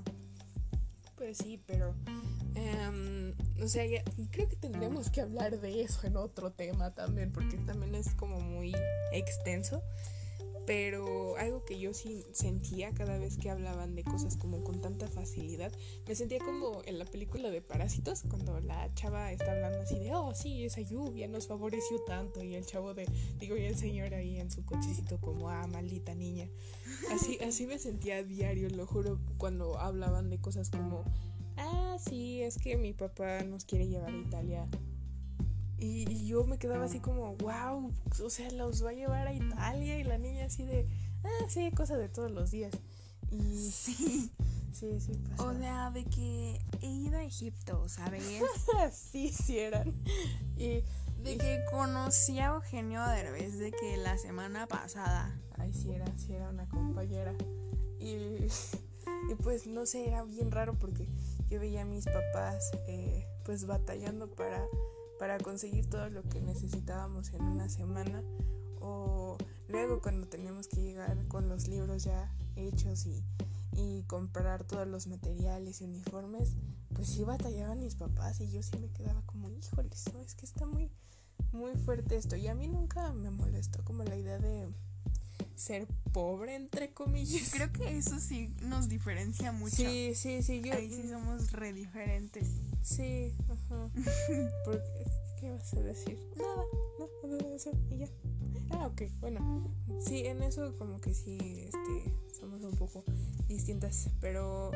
Pues sí, pero o sea, creo que tendremos que hablar de eso en otro tema también, porque también es como muy extenso. Pero algo que yo sí sentía cada vez que hablaban de cosas como con tanta facilidad, me sentía como en la película de Parásitos, cuando la chava está hablando así de, oh sí, esa lluvia nos favoreció tanto, y el chavo y el señor ahí en su cochecito como, ah, maldita niña. Así me sentía a diario, lo juro, cuando hablaban de cosas como, ah, sí, es que mi papá nos quiere llevar a Italia. Y yo me quedaba así como, wow, o sea, los va a llevar a Italia, y la niña así de, ah, sí, cosa de todos los días. Y sí pasa. O sea, de que he ido a Egipto, ¿sabes? sí eran. Y de que conocí a Eugenio Derbez, de que la semana pasada. Ay, sí era una compañera. Y pues no sé, era bien raro porque yo veía a mis papás pues batallando para conseguir todo lo que necesitábamos en una semana, o luego cuando teníamos que llegar con los libros ya hechos y comprar todos los materiales y uniformes, pues sí batallaban mis papás, y yo sí me quedaba como, híjoles, no, es que está muy, muy fuerte esto. Y a mí nunca me molestó como la idea de ser pobre, entre comillas. Creo que eso sí nos diferencia mucho. Sí, ahí sí somos re diferentes. Sí, ajá. ¿Qué vas a decir? Nada de eso, y ya. Ah, ok, bueno. Sí, en eso como que sí, somos un poco distintas, pero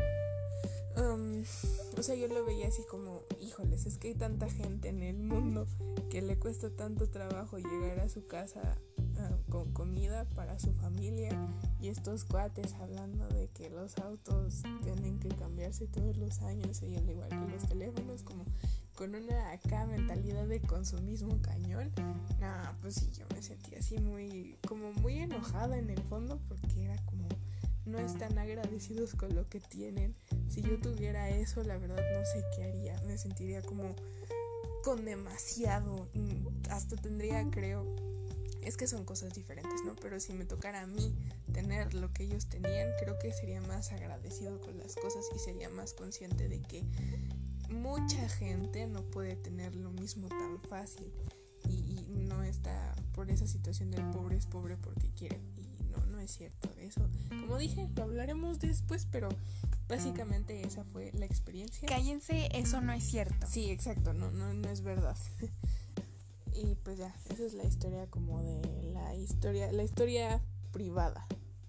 o sea, yo lo veía así como, híjoles, es que hay tanta gente en el mundo que le cuesta tanto trabajo llegar a su casa con comida para su familia, y estos cuates hablando de que los autos tienen que cambiarse todos los años y al igual que los teléfonos, como con una acá mentalidad de consumismo cañón. Pues sí, yo me sentí así muy enojada en el fondo, porque era como, no están agradecidos con lo que tienen. Si yo tuviera eso, la verdad no sé qué haría. Me sentiría como con demasiado, hasta tendría, creo, es que son cosas diferentes, ¿no? Pero si me tocara a mí tener lo que ellos tenían, creo que sería más agradecido con las cosas y sería más consciente de que mucha gente no puede tener lo mismo tan fácil y no está por esa situación del pobre es pobre porque quiere, y no es cierto. Eso, como dije, lo hablaremos después, pero básicamente esa fue la experiencia. Cállense, eso no es cierto. Sí, exacto, no es verdad. Y pues ya, esa es la historia, como de la historia privada.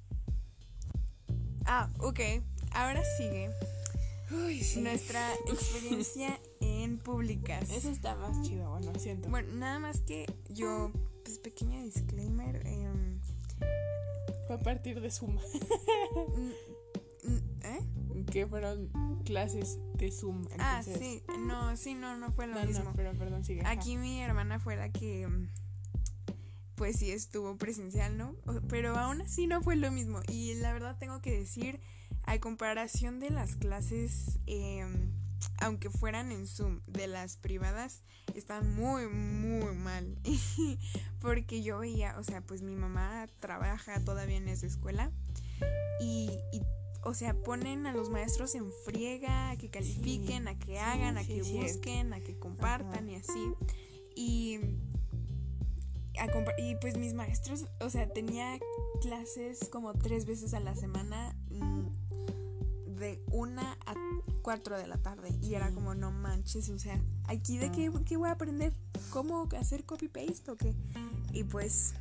Ok, ahora sigue Uy, sí. nuestra experiencia en públicas. Eso está más chido, bueno, siento. Bueno, nada más que yo, pues pequeño disclaimer, fue a partir de Zoom. Que fueron clases de Zoom. Entonces... no fue lo mismo. No, pero perdón, sigue. Aquí mi hermana fue la que, pues sí estuvo presencial, ¿no? Pero aún así no fue lo mismo. Y la verdad tengo que decir, a comparación de las clases, aunque fueran en Zoom, de las privadas, están muy, muy mal. Porque yo veía, o sea, pues mi mamá trabaja todavía en esa escuela y o sea, ponen a los maestros en friega, a que califiquen, a que hagan, a que busquen, a que compartan. Ajá. Y así. Y pues mis maestros, o sea, tenía clases como 3 veces a la semana, de 1 a 4 de la tarde. Y era como, no manches, o sea, ¿aquí de qué voy a aprender? ¿Cómo hacer copy-paste o qué? Y pues...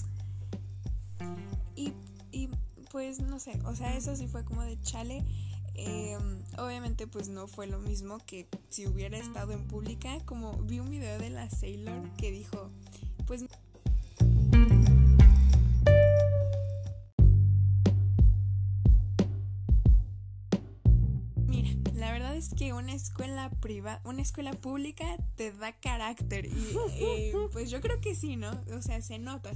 pues no sé, o sea, eso sí fue como de chale. Obviamente pues no fue lo mismo que si hubiera estado en pública. Como vi un video de la Sailor que dijo, pues mira, la verdad es que una escuela pública te da carácter. Y pues yo creo que sí, ¿no? O sea, se nota.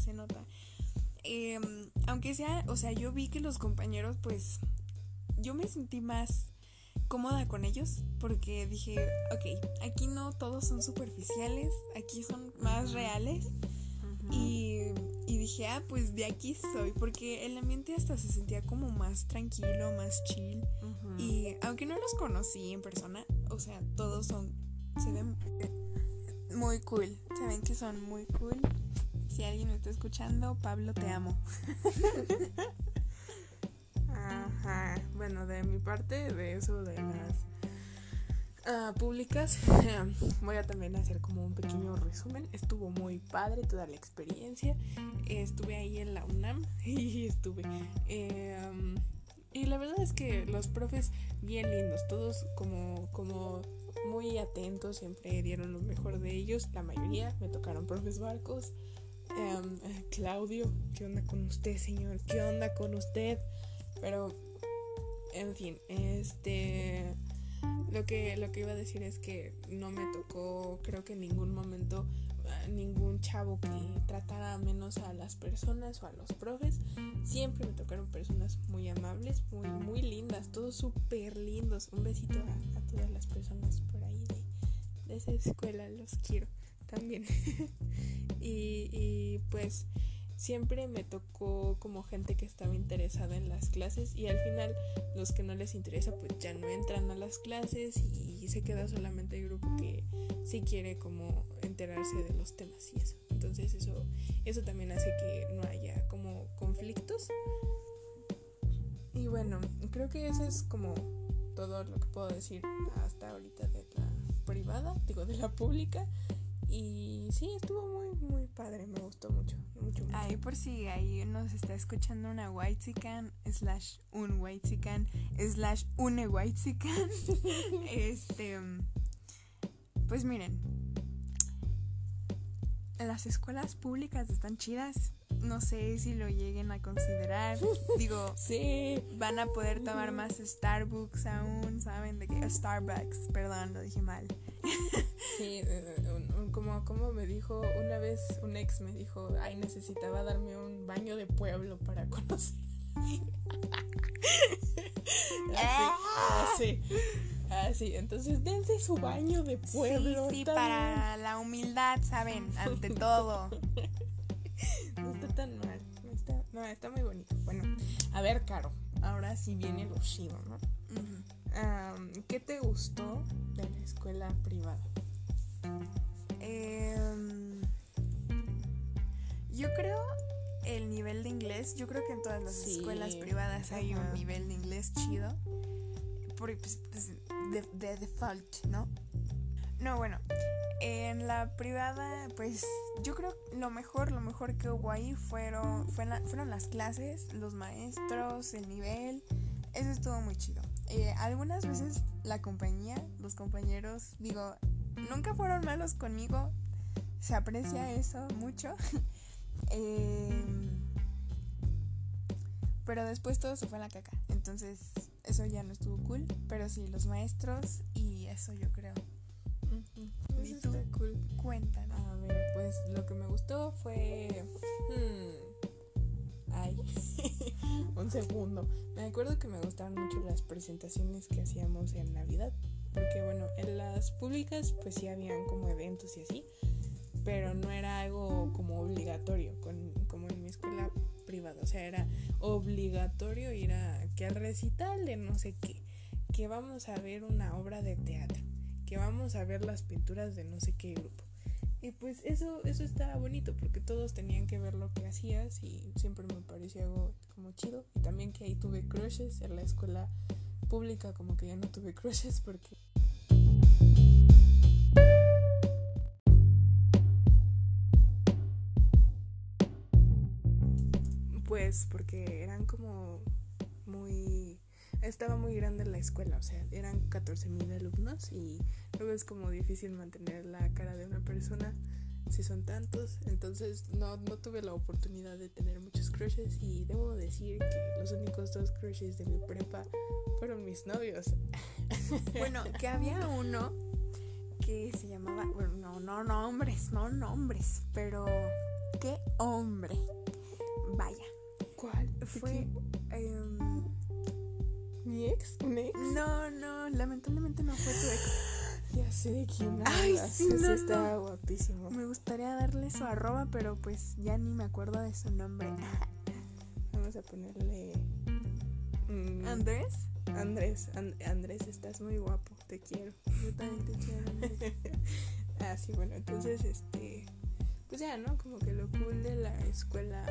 Aunque sea, o sea, yo vi que los compañeros, pues, yo me sentí más cómoda con ellos, porque dije, ok, aquí no todos son superficiales, aquí son más reales. Uh-huh. Y dije, pues de aquí soy, porque el ambiente hasta se sentía como más tranquilo, más chill. Uh-huh. Y aunque no los conocí en persona, o sea, todos se ven muy cool, se ven que son muy cool. Si alguien me está escuchando, Pablo, te amo. Ajá. Bueno, de mi parte, de eso de las públicas, voy a también hacer como un pequeño resumen. Estuvo muy padre toda la experiencia. Estuve ahí en la UNAM y y la verdad es que los profes bien lindos, todos como muy atentos, siempre dieron lo mejor de ellos. La mayoría me tocaron profes barcos. Claudio, ¿qué onda con usted, señor? ¿Qué onda con usted? Pero, en fin, lo que iba a decir es que no me tocó, creo que en ningún momento, ningún chavo que tratara menos a las personas o a los profes. Siempre me tocaron personas muy amables, muy, muy lindas, todos súper lindos. Un besito a todas las personas por ahí de esa escuela, los quiero también. y pues siempre me tocó como gente que estaba interesada en las clases, y al final los que no les interesa pues ya no entran a las clases y se queda solamente el grupo que sí quiere como enterarse de los temas y eso. Entonces eso también hace que no haya como conflictos. Y bueno, creo que eso es como todo lo que puedo decir hasta ahorita de la privada, de la pública. Y sí, estuvo muy, muy padre, me gustó mucho. Ahí por si ahí nos está escuchando una whitezican / un whitezican / une whitezican. Pues miren, las escuelas públicas están chidas. No sé si lo lleguen a considerar. Digo, sí, van a poder tomar más Starbucks aún, ¿saben? De que Starbucks, perdón, lo dije mal. Sí, como me dijo una vez, un ex me dijo, ay, necesitaba darme un baño de pueblo para conocer. Así, entonces dense su baño de pueblo. Sí, para la humildad, ¿saben? Ante todo. No está tan mal, está muy bonito. Bueno, a ver, Caro, ahora sí viene lo chido, ¿no? Uh-huh. ¿Qué te gustó de la escuela privada? Yo creo el nivel de inglés. Yo creo que en todas las escuelas privadas hay un nivel de inglés chido. Porque pues, de default, ¿no? No, bueno, en la privada, pues yo creo lo mejor que hubo ahí fueron las clases, los maestros, el nivel. Eso estuvo muy chido. Algunas veces la compañía, los compañeros, digo, nunca fueron malos conmigo. Se aprecia eso mucho. Pero después todo se fue a la caca. Entonces eso ya no estuvo cool. Pero sí, los maestros y eso yo creo. Eso está cool. Cuéntanos. A ver, pues lo que me gustó fue... Ay, un segundo. Me acuerdo que me gustaban mucho las presentaciones que hacíamos en Navidad. Porque bueno, en las públicas pues sí habían como eventos y así, pero no era algo como obligatorio como en mi escuela privada. O sea, era obligatorio ir que al recital de no sé qué, que vamos a ver una obra de teatro, que vamos a ver las pinturas de no sé qué grupo. Y pues eso estaba bonito porque todos tenían que ver lo que hacías y siempre me pareció algo como chido. Y también que ahí tuve crushes. En la escuela pública como que ya no tuve crushes porque... Pues porque eran como muy... Estaba muy grande la escuela, o sea, eran 14,000 alumnos y luego es como difícil mantener la cara de una persona si son tantos. Entonces no tuve la oportunidad de tener muchos crushes y debo decir que los únicos 2 crushes de mi prepa fueron mis novios. Bueno, que había uno que se llamaba... Bueno, no nombres, pero... ¡Qué hombre! Vaya. ¿Cuál? Fue... ¿Mi ex? ¿Un ex? No, lamentablemente no fue tu ex. Ya sé de quién hablas. Ay, sí, Ese estaba guapísimo. Me gustaría darle su arroba, pero pues ya ni me acuerdo de su nombre. Vamos a ponerle... ¿Andrés? Andrés, estás muy guapo, te quiero. Yo también te quiero, Andrés. Sí, bueno, entonces, pues ya, ¿no? Como que lo cool de la escuela,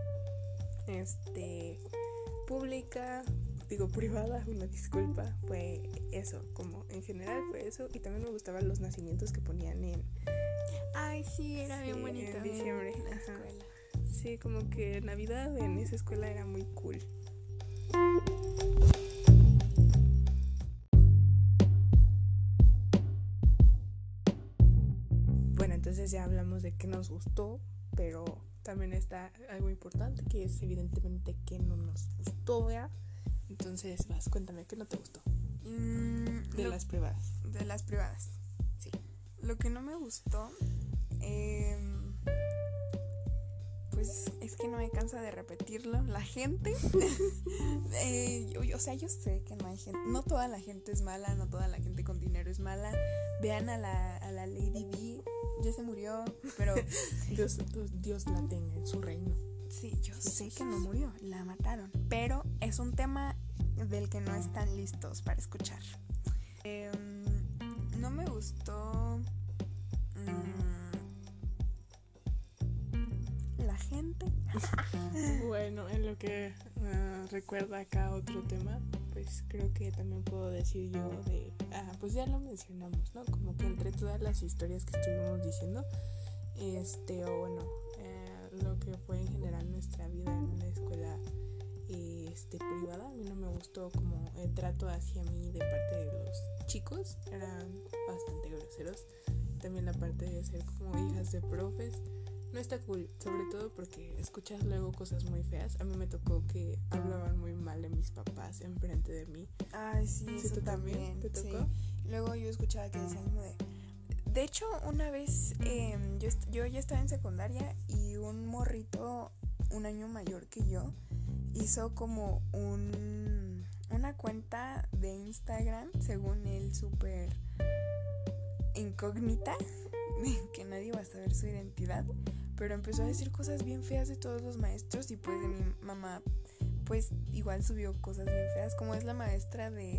pública, digo privada, una disculpa, fue eso, como en general fue eso. Y también me gustaban los nacimientos que ponían en... Ay, sí, era bien bonito. En diciembre, ajá. Sí, como que Navidad en esa escuela era muy cool. Bueno, entonces ya hablamos de qué nos gustó, pero también está algo importante que es evidentemente que no nos gustó, ¿verdad? Entonces, cuéntame, ¿qué no te gustó? Las privadas. De las privadas. Sí. Lo que no me gustó, pues es que no me cansa de repetirlo. La gente, o sea, yo sé que no hay gente, no toda la gente es mala, no toda la gente con dinero es mala. Vean a la Lady B, ya se murió, pero Dios la tenga en su reino. Sí, yo sé que no murió, la mataron, pero es un tema del que no están listos para escuchar. No me gustó la gente. Bueno, en lo que recuerda acá otro tema, pues creo que también puedo decir yo de... pues ya lo mencionamos, ¿no? Como que entre todas las historias que estuvimos diciendo, o bueno, lo que fue en general nuestra vida en una escuela privada, a mí no me gustó como el trato hacia mí de parte de los chicos, eran bastante groseros. También la parte de ser como hijas de profes, no está cool, sobre todo porque escuchas luego cosas muy feas. A mí me tocó que hablaban muy mal de mis papás enfrente de mí. Ay, sí, ¿Sí, eso tú también? ¿Te tocó? Sí. Luego yo escuchaba que decían como de hecho, una vez yo ya estaba en secundaria y un morrito un año mayor que yo hizo como una cuenta de Instagram, según él, súper incógnita, que nadie va a saber su identidad, pero empezó a decir cosas bien feas de todos los maestros y pues de mi mamá pues igual subió cosas bien feas, como es la maestra de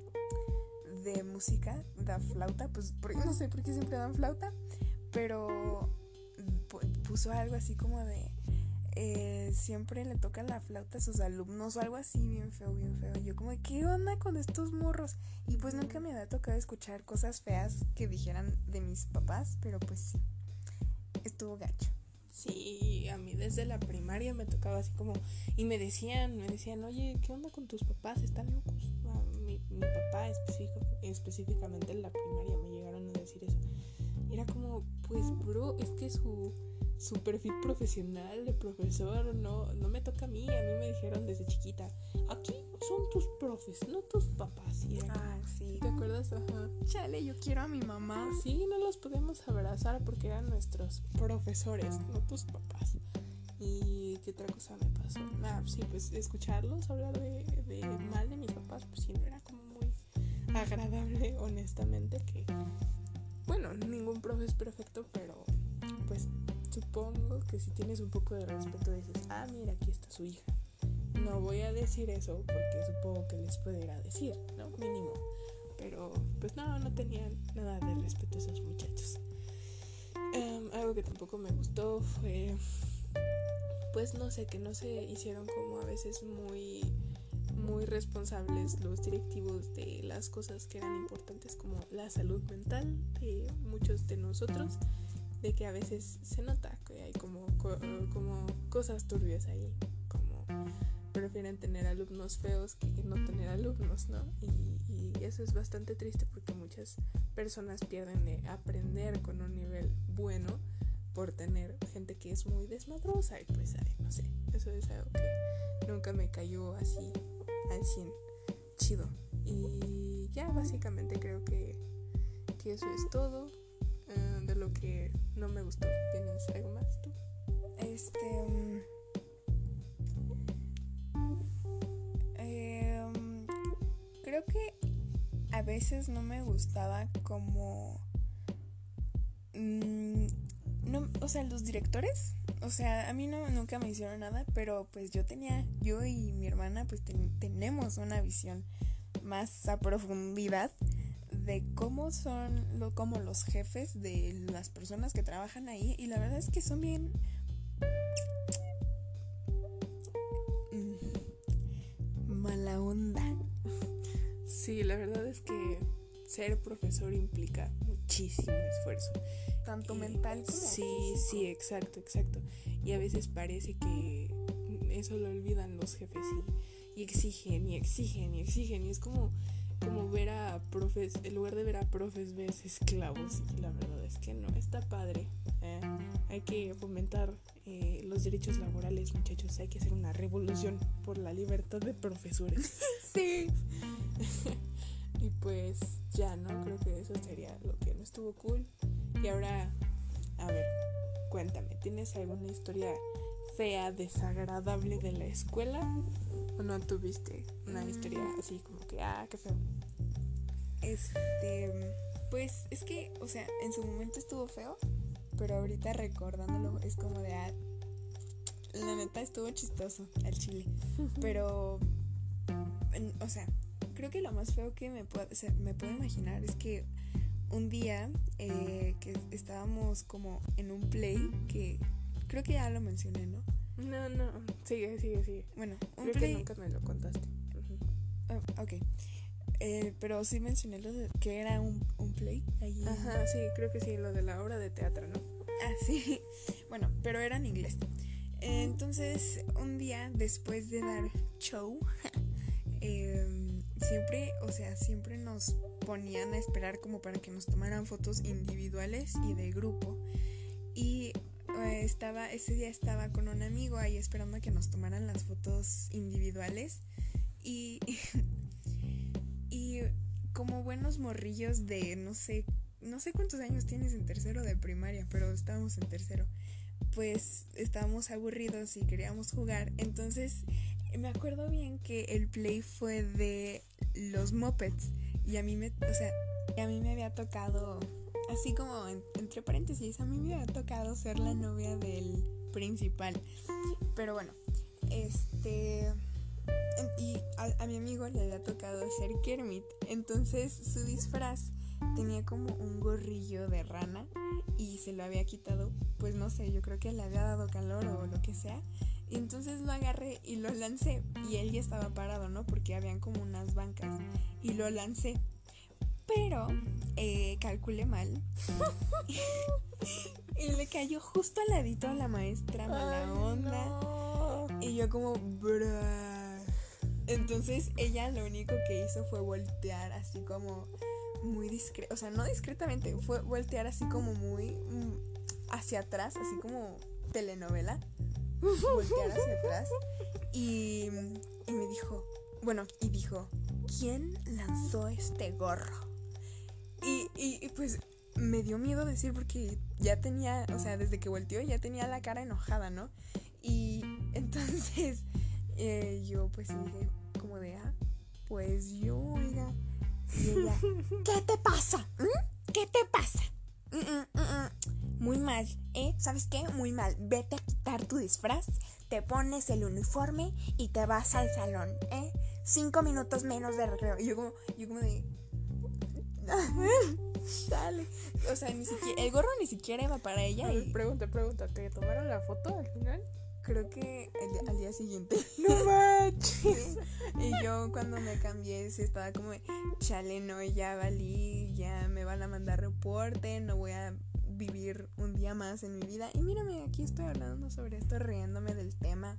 música, da flauta, pues no sé por qué siempre dan flauta, pero puso algo así como de siempre le toca la flauta a sus alumnos o algo así bien feo, y yo como, ¿qué onda con estos morros? Y pues nunca me había tocado escuchar cosas feas que dijeran de mis papás, pero pues sí, estuvo gacho. Sí, a mí desde la primaria me tocaba así como, y me decían, oye, ¿qué onda con tus papás? ¿Están locos? Mi papá específicamente en la primaria me llegaron a decir eso. Y era como, pues bro, es que su perfil profesional de profesor no me toca a mí me dijeron desde chiquita, aquí son tus profes, no tus papás. Y era, sí. ¿te acuerdas? Ajá. Chale, yo quiero a mi mamá. Sí, no los podemos abrazar porque eran nuestros profesores, no tus papás. ¿Y qué otra cosa me pasó? Sí, pues escucharlos hablar de mal de mis papás, pues sí, no era como muy agradable, honestamente, que bueno, ningún profe es perfecto, pero pues supongo que si tienes un poco de respeto dices, mira, aquí está su hija. No voy a decir eso porque supongo que les puede ir a decir, ¿no? Mínimo. Pero pues no tenían nada de respeto esos muchachos. Algo que tampoco me gustó fue, pues no sé, que no se hicieron como a veces muy responsables los directivos de las cosas que eran importantes, como la salud mental de muchos de nosotros, de que a veces se nota que hay como cosas turbias ahí, como prefieren tener alumnos feos que no tener alumnos, ¿no? Y eso es bastante triste porque muchas personas pierden de aprender con un nivel bueno por tener gente que es muy desmadrosa y pues, no sé, eso es algo que nunca me cayó así al 100 chido. Y ya básicamente creo que eso es todo de lo que no me gustó. ¿Tienes algo más tú? Creo que a veces no me gustaba como no, o sea, los directores, o sea, a mí nunca me hicieron nada, pero pues yo y mi hermana pues tenemos una visión más a profundidad de cómo son como los jefes de las personas que trabajan ahí, y la verdad es que son bien mala onda. Sí, la verdad es que ser profesor implica muchísimo esfuerzo. Tanto mental como físico. Sí, exacto. Y a veces parece que eso lo olvidan los jefes y exigen. Y es como ver a profes, en lugar de ver a profes, ves esclavos. Y la verdad es que no, está padre. Hay que fomentar los derechos laborales, muchachos. Hay que hacer una revolución por la libertad de profesores. Sí. Y pues ya, ¿no? Creo que eso sería lo que no estuvo cool. Y ahora, a ver, cuéntame, ¿tienes alguna historia fea, desagradable de la escuela? ¿O no tuviste una historia así como que, qué feo? Pues es que, o sea, en su momento estuvo feo, pero ahorita recordándolo es como de, la neta estuvo chistoso al chile. Pero, o sea, creo que lo más feo que me puedo imaginar es que un día que estábamos como en un play, que creo que ya lo mencioné, ¿no? No, sigue. Bueno, un creo play. Que nunca me lo contaste. Ok. Pero sí mencioné que era un play allí. Ajá, sí, creo que sí, lo de la obra de teatro, ¿no? Sí. Bueno, pero era en inglés. Entonces, un día después de dar show, siempre nos ponían a esperar como para que nos tomaran fotos individuales y de grupo. Y ese día estaba con un amigo ahí esperando a que nos tomaran las fotos individuales y y como buenos morrillos de no sé cuántos años tienes en tercero de primaria, pero estábamos en tercero, pues estábamos aburridos y queríamos jugar. Entonces me acuerdo bien que el play fue de los Muppets y a mí me había tocado, así como entre paréntesis, a mí me había tocado ser la novia del principal. Pero bueno, y a mi amigo le había tocado ser Kermit. Entonces su disfraz tenía como un gorrillo de rana y se lo había quitado, pues no sé, yo creo que le había dado calor o lo que sea. Y entonces lo agarré y lo lancé y él ya estaba parado, ¿no? Porque habían como unas bancas y lo lancé. Pero calculé mal y le cayó justo al ladito a la maestra, mala onda. No. Y yo como, entonces ella lo único que hizo fue voltear así como muy discreto, o sea, no discretamente, fue voltear así como muy hacia atrás, así como telenovela, voltear hacia atrás y me dijo, dijo, ¿quién lanzó este gorro? Y pues me dio miedo decir porque ya tenía, o sea, desde que volteó ya tenía la cara enojada, ¿no? Y entonces yo pues dije como de, pues yo, oiga. Y ella, ¿qué te pasa? ¿Qué te pasa? Muy mal, ¿sabes qué? Muy mal. Vete a quitar tu disfraz, te pones el uniforme y te vas al salón, 5 minutos menos de recreo. Y yo como de... Dale. O sea, ni siquiera, el gorro ni siquiera iba para ella. Y pregunta, ¿te tomaron la foto al final? Creo que al día siguiente. ¡No manches! Y yo cuando me cambié sí estaba como de, chale, no, ya valí, ya me van a mandar reporte, no voy a vivir un día más en mi vida. Y mírame, aquí estoy hablando sobre esto, riéndome del tema.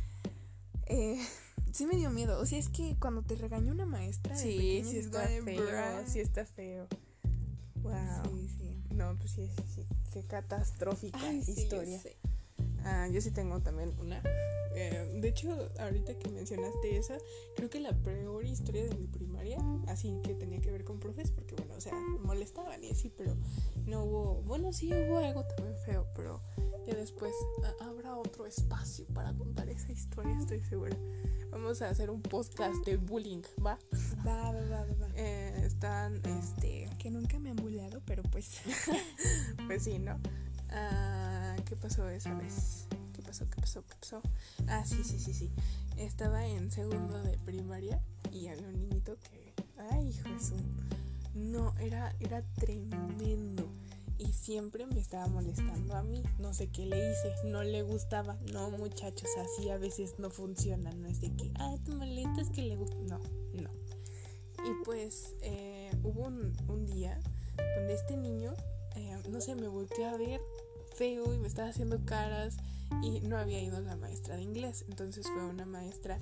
Sí me dio miedo. O sea, es que cuando te regaña una maestra de pequeña, sí está feo, sí está feo. Wow. Sí. No, pues sí. Qué catastrófica historia. Sí, yo sí tengo también una. De hecho, ahorita que mencionaste esa, creo que la peor historia de mi primaria, así que tenía que ver con profes, porque bueno, o sea, me molestaban y así, pero no hubo, bueno, sí hubo algo también feo, pero ya después habrá otro espacio para contar esa historia, estoy segura. Vamos a hacer un podcast de bullying, ¿va? Va. Están, que nunca me han bulleado, pero pues... pues sí, ¿no? ¿Qué pasó esa vez? ¿Qué pasó? Sí. Estaba en segundo de primaria y había un niñito que... ¡Ay, hijo de su! No, era tremendo. Y siempre me estaba molestando a mí. No sé qué le hice, no le gustaba. No, muchachos, así a veces no funciona. No es de que, te molestas que le gusta. No. Y pues hubo un día donde este niño, no sé, me volteó a ver feo y me estaba haciendo caras y no había ido la maestra de inglés. Entonces fue una maestra...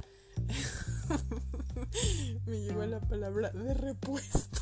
me llegó la palabra de repuesto.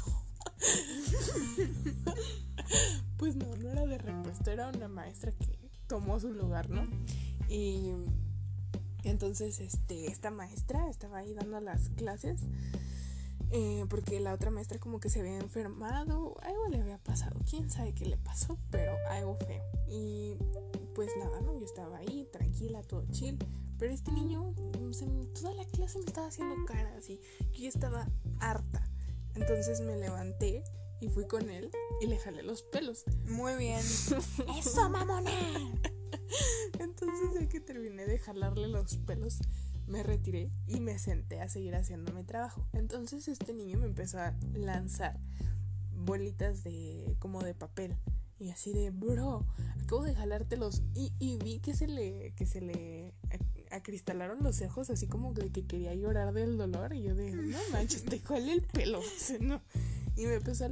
Pues no era de repuesto, era una maestra que tomó su lugar, ¿no? Y entonces esta maestra estaba ahí dando las clases porque la otra maestra como que se había enfermado, algo le había pasado, quién sabe qué le pasó, pero algo feo. Y pues nada, ¿no? Yo estaba ahí tranquila, todo chill, pero este niño toda la clase me estaba haciendo caras y yo estaba harta. Entonces me levanté y fui con él y le jalé los pelos. Muy bien. ¡Eso, mamona! Entonces, ya que terminé de jalarle los pelos, me retiré y me senté a seguir haciendo mi trabajo. Entonces este niño me empezó a lanzar bolitas como de papel. Y así de, bro, acabo de jalártelos. Y vi que se le acristalaron los ojos, así como que quería llorar del dolor. Y yo de, no manches, te jalé el pelo. No. Y me empezó a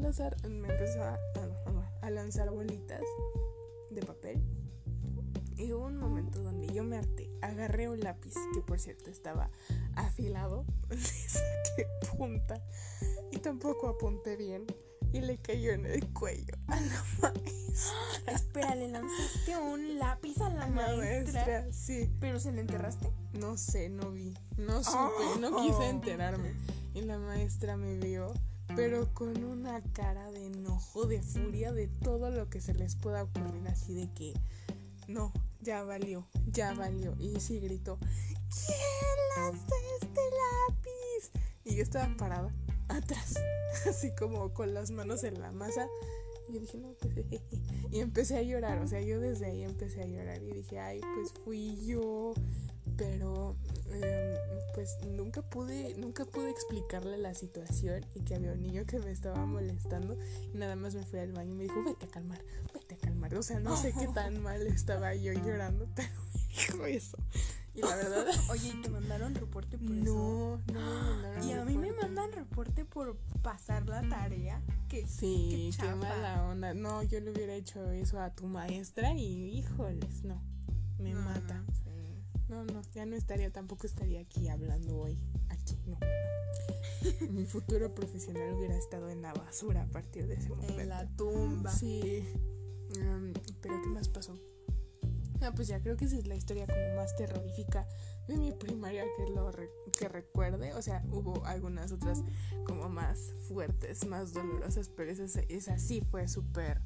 lanzar bolitas de papel. Y hubo un momento donde yo me harté. Agarré un lápiz, que por cierto estaba afilado. Le saqué punta y tampoco apunté bien. y le cayó en el cuello a la maestra. Espera, ¿le lanzaste un lápiz a la maestra? Sí. ¿Pero se le enterraste? No sé, no vi, no supe, no quise enterarme. Y la maestra me vio, pero con una cara de enojo, de furia, de todo lo que se les pueda ocurrir, así de que no, ya valió. Y sí gritó, ¿quién lanzó este lápiz? Y yo estaba parada atrás, así como con las manos en la masa. Y yo dije, no, pues y empecé a llorar, o sea, yo desde ahí empecé a llorar y dije, ay, pues fui yo. Pero pues nunca pude explicarle la situación y que había un niño que me estaba molestando y nada más me fui al baño y me dijo, vete a calmar. O sea, no sé qué tan mal estaba yo llorando, pero me dijo eso. Y la verdad... Oye, ¿y te mandaron reporte por eso? No me mandaron y a mí me mandan reporte por pasar la tarea. Sí, qué mala onda. No, yo le hubiera hecho eso a tu maestra y híjoles, no, me mata. No, ya no tampoco estaría aquí hablando hoy. No. Mi futuro profesional hubiera estado en la basura a partir de ese momento. En la tumba. Sí. Pero ¿qué más pasó? Pues ya creo que esa es la historia como más terrorífica de mi primaria que recuerde. O sea, hubo algunas otras como más fuertes, más dolorosas, pero esa sí fue súper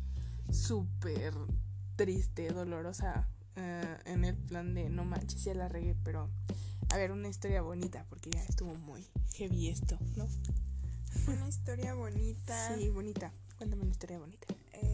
triste, dolorosa. En el plan de no manches, ya la regué, pero a ver, una historia bonita, porque ya estuvo muy heavy esto, ¿no? Una historia bonita. Sí, bonita. Cuéntame una historia bonita.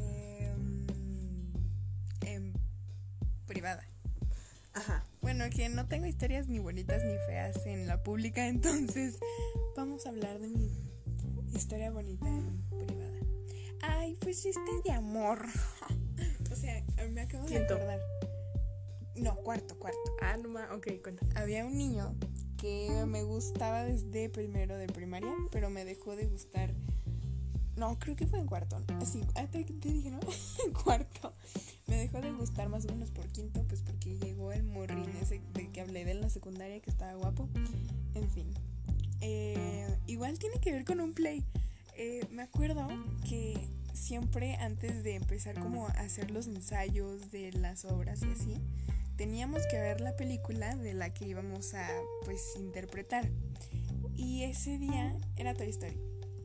Privada. Ajá. Bueno, que no tengo historias ni bonitas ni feas en la pública, entonces vamos a hablar de mi historia bonita en privada. Ay, pues chistes de amor. O sea, me acabo de acordar. No, cuarto. Ah, no más, ok, cuenta. Había un niño que me gustaba desde primero de primaria, pero me dejó de gustar. No, creo que fue en cuarto. Sí, te dije, ¿no? En cuarto. Me dejó de gustar más o menos por quinto, pues porque llegó el morrín ese de que hablé de en la secundaria que estaba guapo. En fin. Igual tiene que ver con un play. Me acuerdo que siempre antes de empezar como a hacer los ensayos de las obras y así, teníamos que ver la película de la que íbamos a pues interpretar. Y ese día era Toy Story.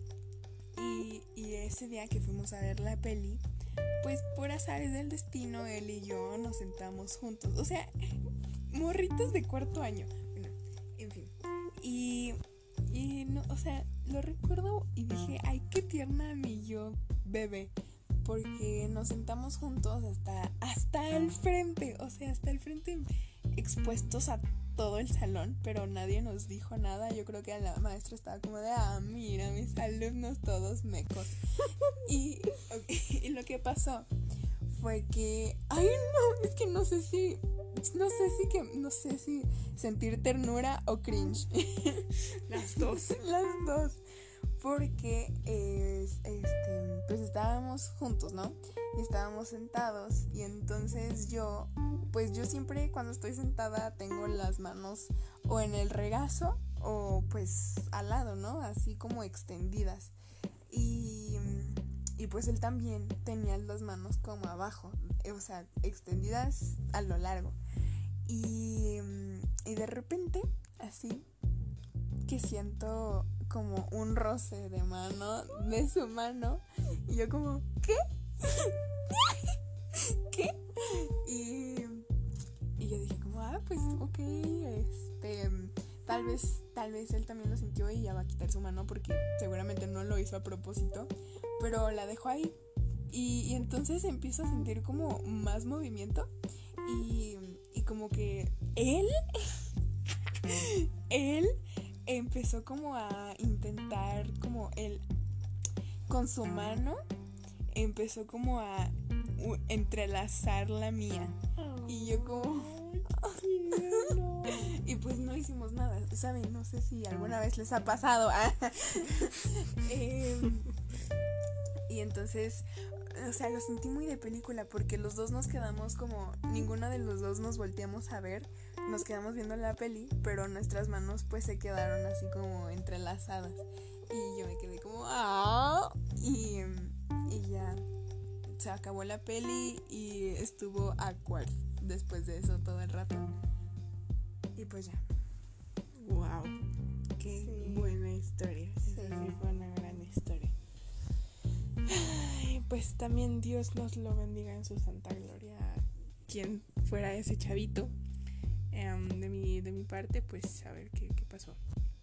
Y ese día que fuimos a ver la peli, pues por azares del destino, él y yo nos sentamos juntos. O sea, morritos de cuarto año. Bueno, en fin. Y no, o sea, lo recuerdo y dije, ay, qué tierna mi yo bebé. Porque nos sentamos juntos hasta el frente. O sea, hasta el frente, expuestos a todo el salón, pero nadie nos dijo nada. Yo creo que la maestra estaba como de, mira, mis alumnos todos mecos. Y lo que pasó fue que, ay no, es que no sé si sentir ternura o cringe. Las dos. Porque pues estábamos juntos, ¿no? Y estábamos sentados. Y entonces yo siempre cuando estoy sentada tengo las manos o en el regazo o pues al lado, ¿no? Así como extendidas. Y pues él también tenía las manos como abajo, o sea, extendidas a lo largo. Y de repente, así, que siento como un roce de mano, de su mano, y yo como, ¿qué? ¿Qué? Y yo dije como, pues ok, tal vez él también lo sintió y ya va a quitar su mano porque seguramente no lo hizo a propósito, pero la dejó ahí. Y entonces empiezo a sentir como más movimiento y como que él empezó como a intentar como él con su mano empezó como a entrelazar la mía y yo como y pues no hicimos nada, ¿saben? No sé si alguna vez les ha pasado. Y entonces, o sea, lo sentí muy de película porque los dos nos quedamos como, ninguno de los dos nos volteamos a ver, nos quedamos viendo la peli, pero nuestras manos pues se quedaron así como entrelazadas y yo me quedé como Y ya se acabó la peli y estuvo awkward después de eso todo el rato. Y pues ya. Wow, qué buena historia. Sí, fue una gran historia. Ay, pues también Dios nos lo bendiga en su santa gloria. Quien fuera ese chavito. De mi parte, pues a ver qué pasó.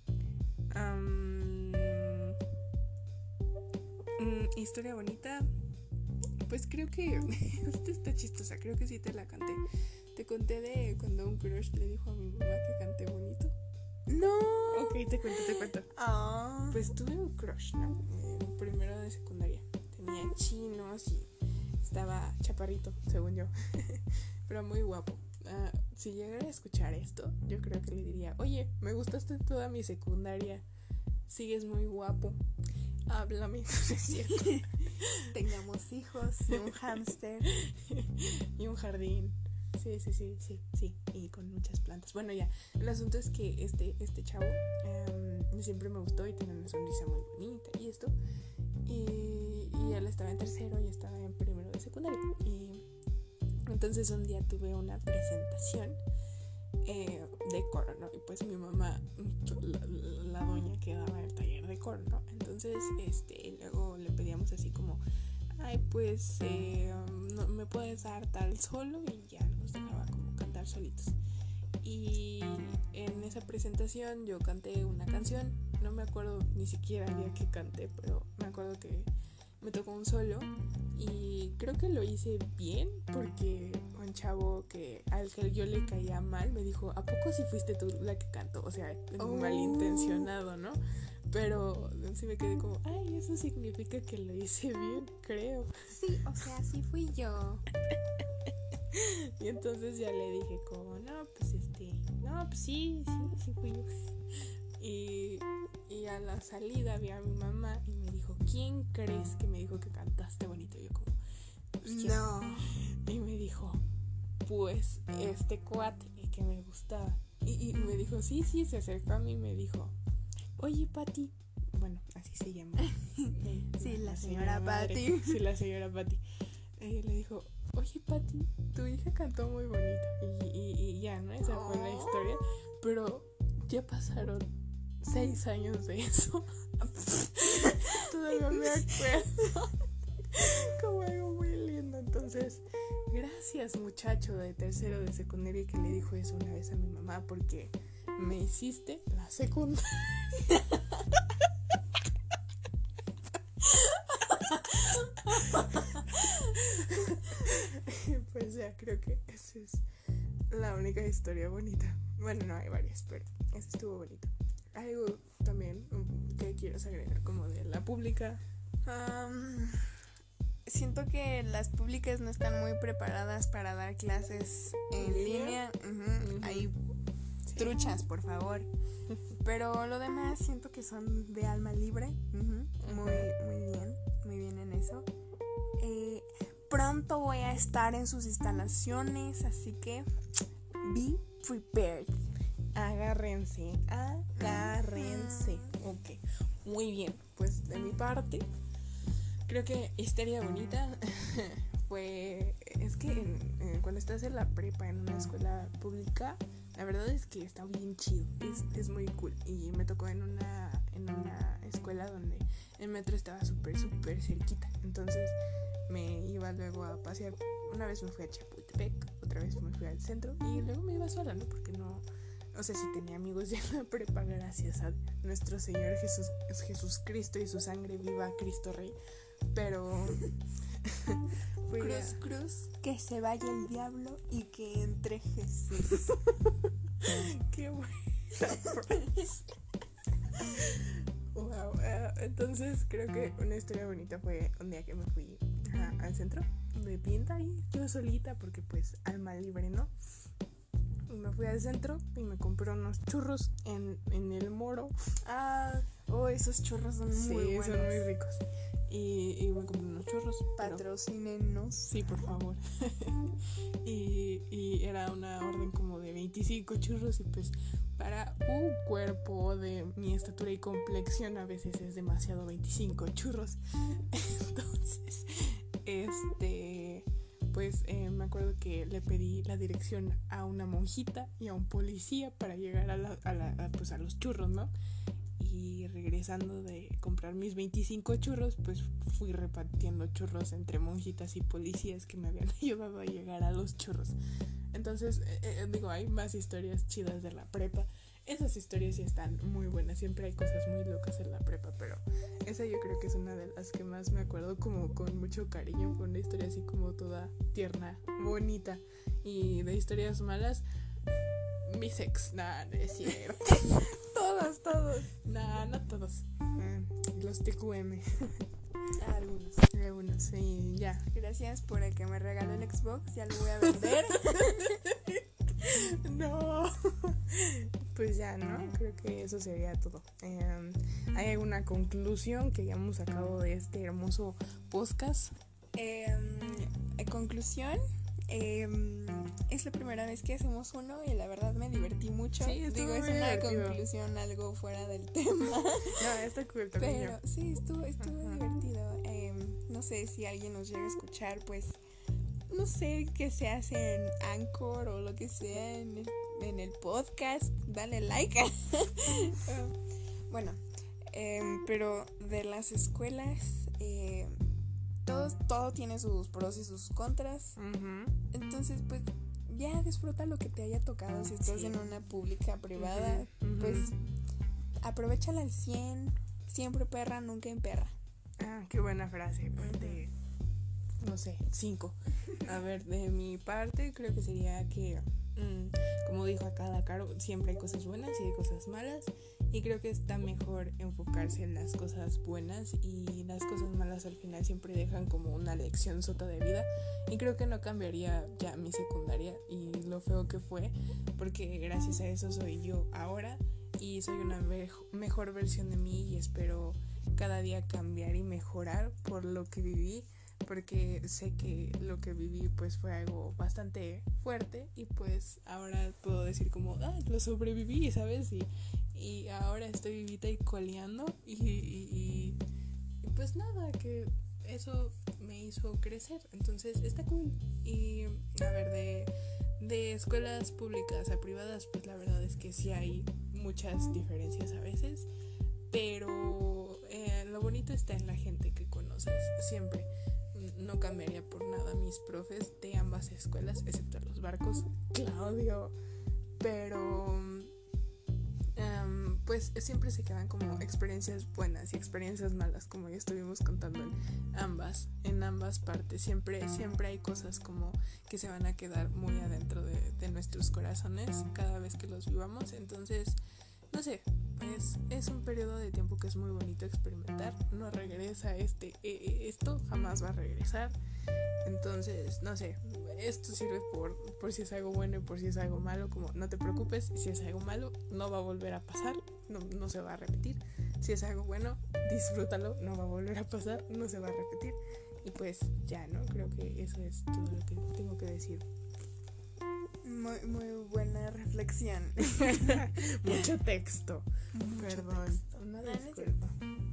Historia bonita. Pues creo que esta está chistosa. Creo que sí te la canté. Te conté de cuando un crush le dijo a mi mamá que canté bonito. No. Ok, te cuento. Pues tuve un crush, ¿no? Primero de secundaria. Tenía chinos y estaba chaparrito, según yo. Pero muy guapo. Si llegara a escuchar esto, yo creo que le diría: oye, me gustaste toda mi secundaria, sigues muy guapo, háblame. No es cierto. Tengamos hijos y un hámster y un jardín. Sí, y con muchas plantas. Bueno, ya, el asunto es que este chavo siempre me gustó y tenía una sonrisa muy bonita y esto. Y él estaba en tercero y estaba en primero de secundaria. Y entonces un día tuve una presentación de coro, ¿no? Y pues mi mamá, la doña que daba el taller de coro, ¿no? Entonces, luego le pedíamos así como: ay, pues, no, me puedes dar tal solo, y ya nos dejaba como cantar solitos. Y en esa presentación yo canté una canción, no me acuerdo ni siquiera el día que canté, pero me acuerdo que me tocó un solo y creo que lo hice bien, porque un chavo al que yo le caía mal me dijo: ¿a poco sí fuiste tú la que cantó? O sea, malintencionado, ¿no? Pero sí me quedé como: ay, eso significa que lo hice bien, creo. Sí, o sea, sí fui yo. Y entonces ya le dije como: no, pues sí fui yo. Y a la salida vi a mi mamá y me dijo: ¿quién crees que me dijo que cantaste bonito? Y yo como: pues, no. Y me dijo: pues este cuate que me gustaba. Y me dijo: sí, se acercó a mí y me dijo: oye, Pati. Bueno, así se llama. Sí, la señora Pati. Sí, la señora Pati. Le dijo: oye, Pati, tu hija cantó muy bonito. Y ya, ¿no? Esa fue la historia. Pero ya pasaron 6 años de eso. Todavía me acuerdo. Como algo muy lindo. Entonces, gracias, muchacho de tercero de secundaria que le dijo eso una vez a mi mamá, porque me hiciste la secundaria. Pues ya, creo que esa es la única historia bonita. Bueno, no, hay varias, pero esa estuvo bonita. Algo también que quieras agregar como de la pública. Siento que las públicas no están muy preparadas para dar clases en línea. Hay truchas, por favor. Pero lo demás siento que son de alma libre. Muy bien en eso. Pronto voy a estar en sus instalaciones, así que be prepared. Agárrense. Ok, muy bien. Pues de mi parte, creo que historia bonita es que cuando estás en la prepa en una escuela pública, la verdad es que está bien chido, es muy cool. Y me tocó en una escuela donde el metro estaba súper cerquita, entonces me iba luego a pasear. Una vez me fui a Chapultepec, otra vez me fui al centro y luego me iba sola, ¿no? Porque no, o sea, sí tenía amigos de la prepa, gracias a nuestro Señor Jesucristo y su sangre viva, Cristo Rey. Pero cruz, que se vaya el diablo y que entre Jesús. Qué buena frase. Wow. Entonces creo que una historia bonita fue un día que me fui al centro de pinta y yo solita, porque pues alma libre, ¿no? Y me fui al centro y me compré unos churros en el Moro. Esos churros son muy buenos. Sí, son muy ricos. Y me compré unos churros. Patrocínenos. Sí, por favor. y era una orden como de 25 churros y pues para un cuerpo de mi estatura y complexión a veces es demasiado 25 churros. Entonces, pues me acuerdo que le pedí la dirección a una monjita y a un policía para llegar a los churros, ¿no? Y regresando de comprar mis 25 churros, pues fui repartiendo churros entre monjitas y policías que me habían ayudado a llegar a los churros. Entonces, hay más historias chidas de la prepa. Esas historias sí están muy buenas. Siempre hay cosas muy locas en la prepa, pero esa yo creo que es una de las que más me acuerdo, como con mucho cariño. Fue una historia así como toda tierna, bonita. Y de historias malas, mis ex. No es cierto. Todos. No todos. Los TQM. Algunos, sí, ya. Gracias por el que me regaló el Xbox. Ya lo voy a vender. No. Pues ya, ¿no? Creo que eso sería todo. ¿Hay alguna conclusión que hayamos sacado de este hermoso podcast? Conclusión. Es la primera vez que hacemos uno y la verdad me divertí mucho. Sí, es una divertido. Conclusión algo fuera del tema. No, está cool también. Pero sí, estuvo divertido. No sé si alguien nos llega a escuchar, pues no sé qué se hace en Anchor o lo que sea en el podcast. Dale like. Bueno, pero de las escuelas, todo tiene sus pros y sus contras. Uh-huh. Entonces, pues ya disfruta lo que te haya tocado. Si estás en una pública, privada, uh-huh. Pues aprovéchala al 100. Siempre perra, nunca emperra. Ah, qué buena frase. De, no sé, 5. A ver, de mi parte creo que sería que, como dijo acá Caro, siempre hay cosas buenas y hay cosas malas. Y creo que está mejor enfocarse en las cosas buenas, y las cosas malas al final siempre dejan como una lección sota de vida. Y creo que no cambiaría ya mi secundaria y lo feo que fue, porque gracias a eso soy yo ahora y soy una mejor versión de mí, y espero cada día cambiar y mejorar por lo que viví, porque sé que lo que viví pues fue algo bastante fuerte, y pues ahora puedo decir como, lo sobreviví, ¿sabes? Y ahora estoy vivita y coleando y pues nada, que eso me hizo crecer, entonces está cool. Y a ver, de escuelas públicas a privadas, pues la verdad es que sí hay muchas diferencias a veces, pero lo bonito está en la gente que conoces. Siempre no cambiaría por nada mis profes de ambas escuelas, excepto a los barcos, Claudio, pero pues siempre se quedan como experiencias buenas y experiencias malas, como ya estuvimos contando en ambas partes. Siempre hay cosas como que se van a quedar muy adentro de nuestros corazones cada vez que los vivamos. Entonces, no sé, es un periodo de tiempo que es muy bonito experimentar. No regresa esto jamás va a regresar. Entonces, no sé, esto sirve por si es algo bueno y por si es algo malo. Como no te preocupes, si es algo malo no va a volver a pasar, no se va a repetir. Si es algo bueno, disfrútalo, no va a volver a pasar, no se va a repetir. Y pues ya, ¿no? Creo que eso es todo lo que tengo que decir. Muy, muy buena reflexión. Mucho texto. Perdón. Texto. Una disculpa.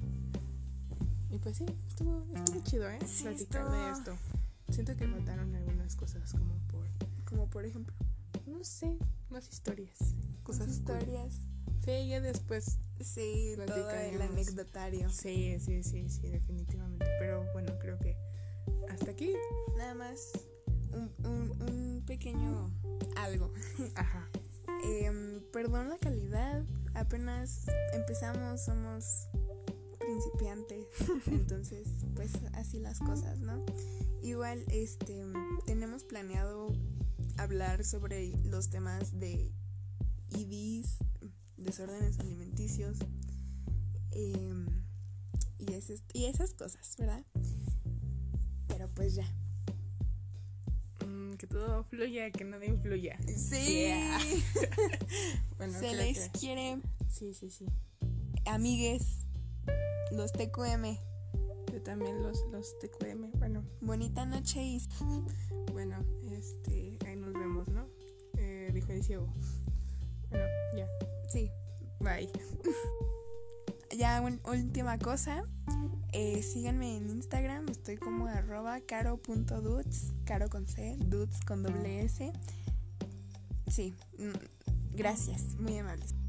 Y pues sí, estuvo chido, ¿eh? Sí, platicar de esto. Siento que faltaron algunas cosas como por ejemplo, no sé, más historias. Cosas historias. Cool. Sí, ya después. Sí, todo el anecdotario. Sí, definitivamente. Pero bueno, creo que hasta aquí. Nada más un pequeño algo. Ajá. Perdón la calidad, apenas empezamos, somos principiantes, entonces pues así las cosas, ¿no? Igual tenemos planeado hablar sobre los temas de IDs, desórdenes alimenticios, y esas cosas, ¿verdad? Pero pues ya. Que todo fluya, que nada influya. Sí. Yeah. Bueno, se les quiere. Sí. Amigues, los TQM. Yo también los TQM. Bueno. Bonita noche y... Bueno, ahí nos vemos, ¿no? Dijo el ciego. Bueno, ya. Sí. Bye. Ya, última cosa. Síganme en Instagram. Estoy como @caro.dudes. Caro con C, dudes con doble S. Sí. Gracias. Muy amables.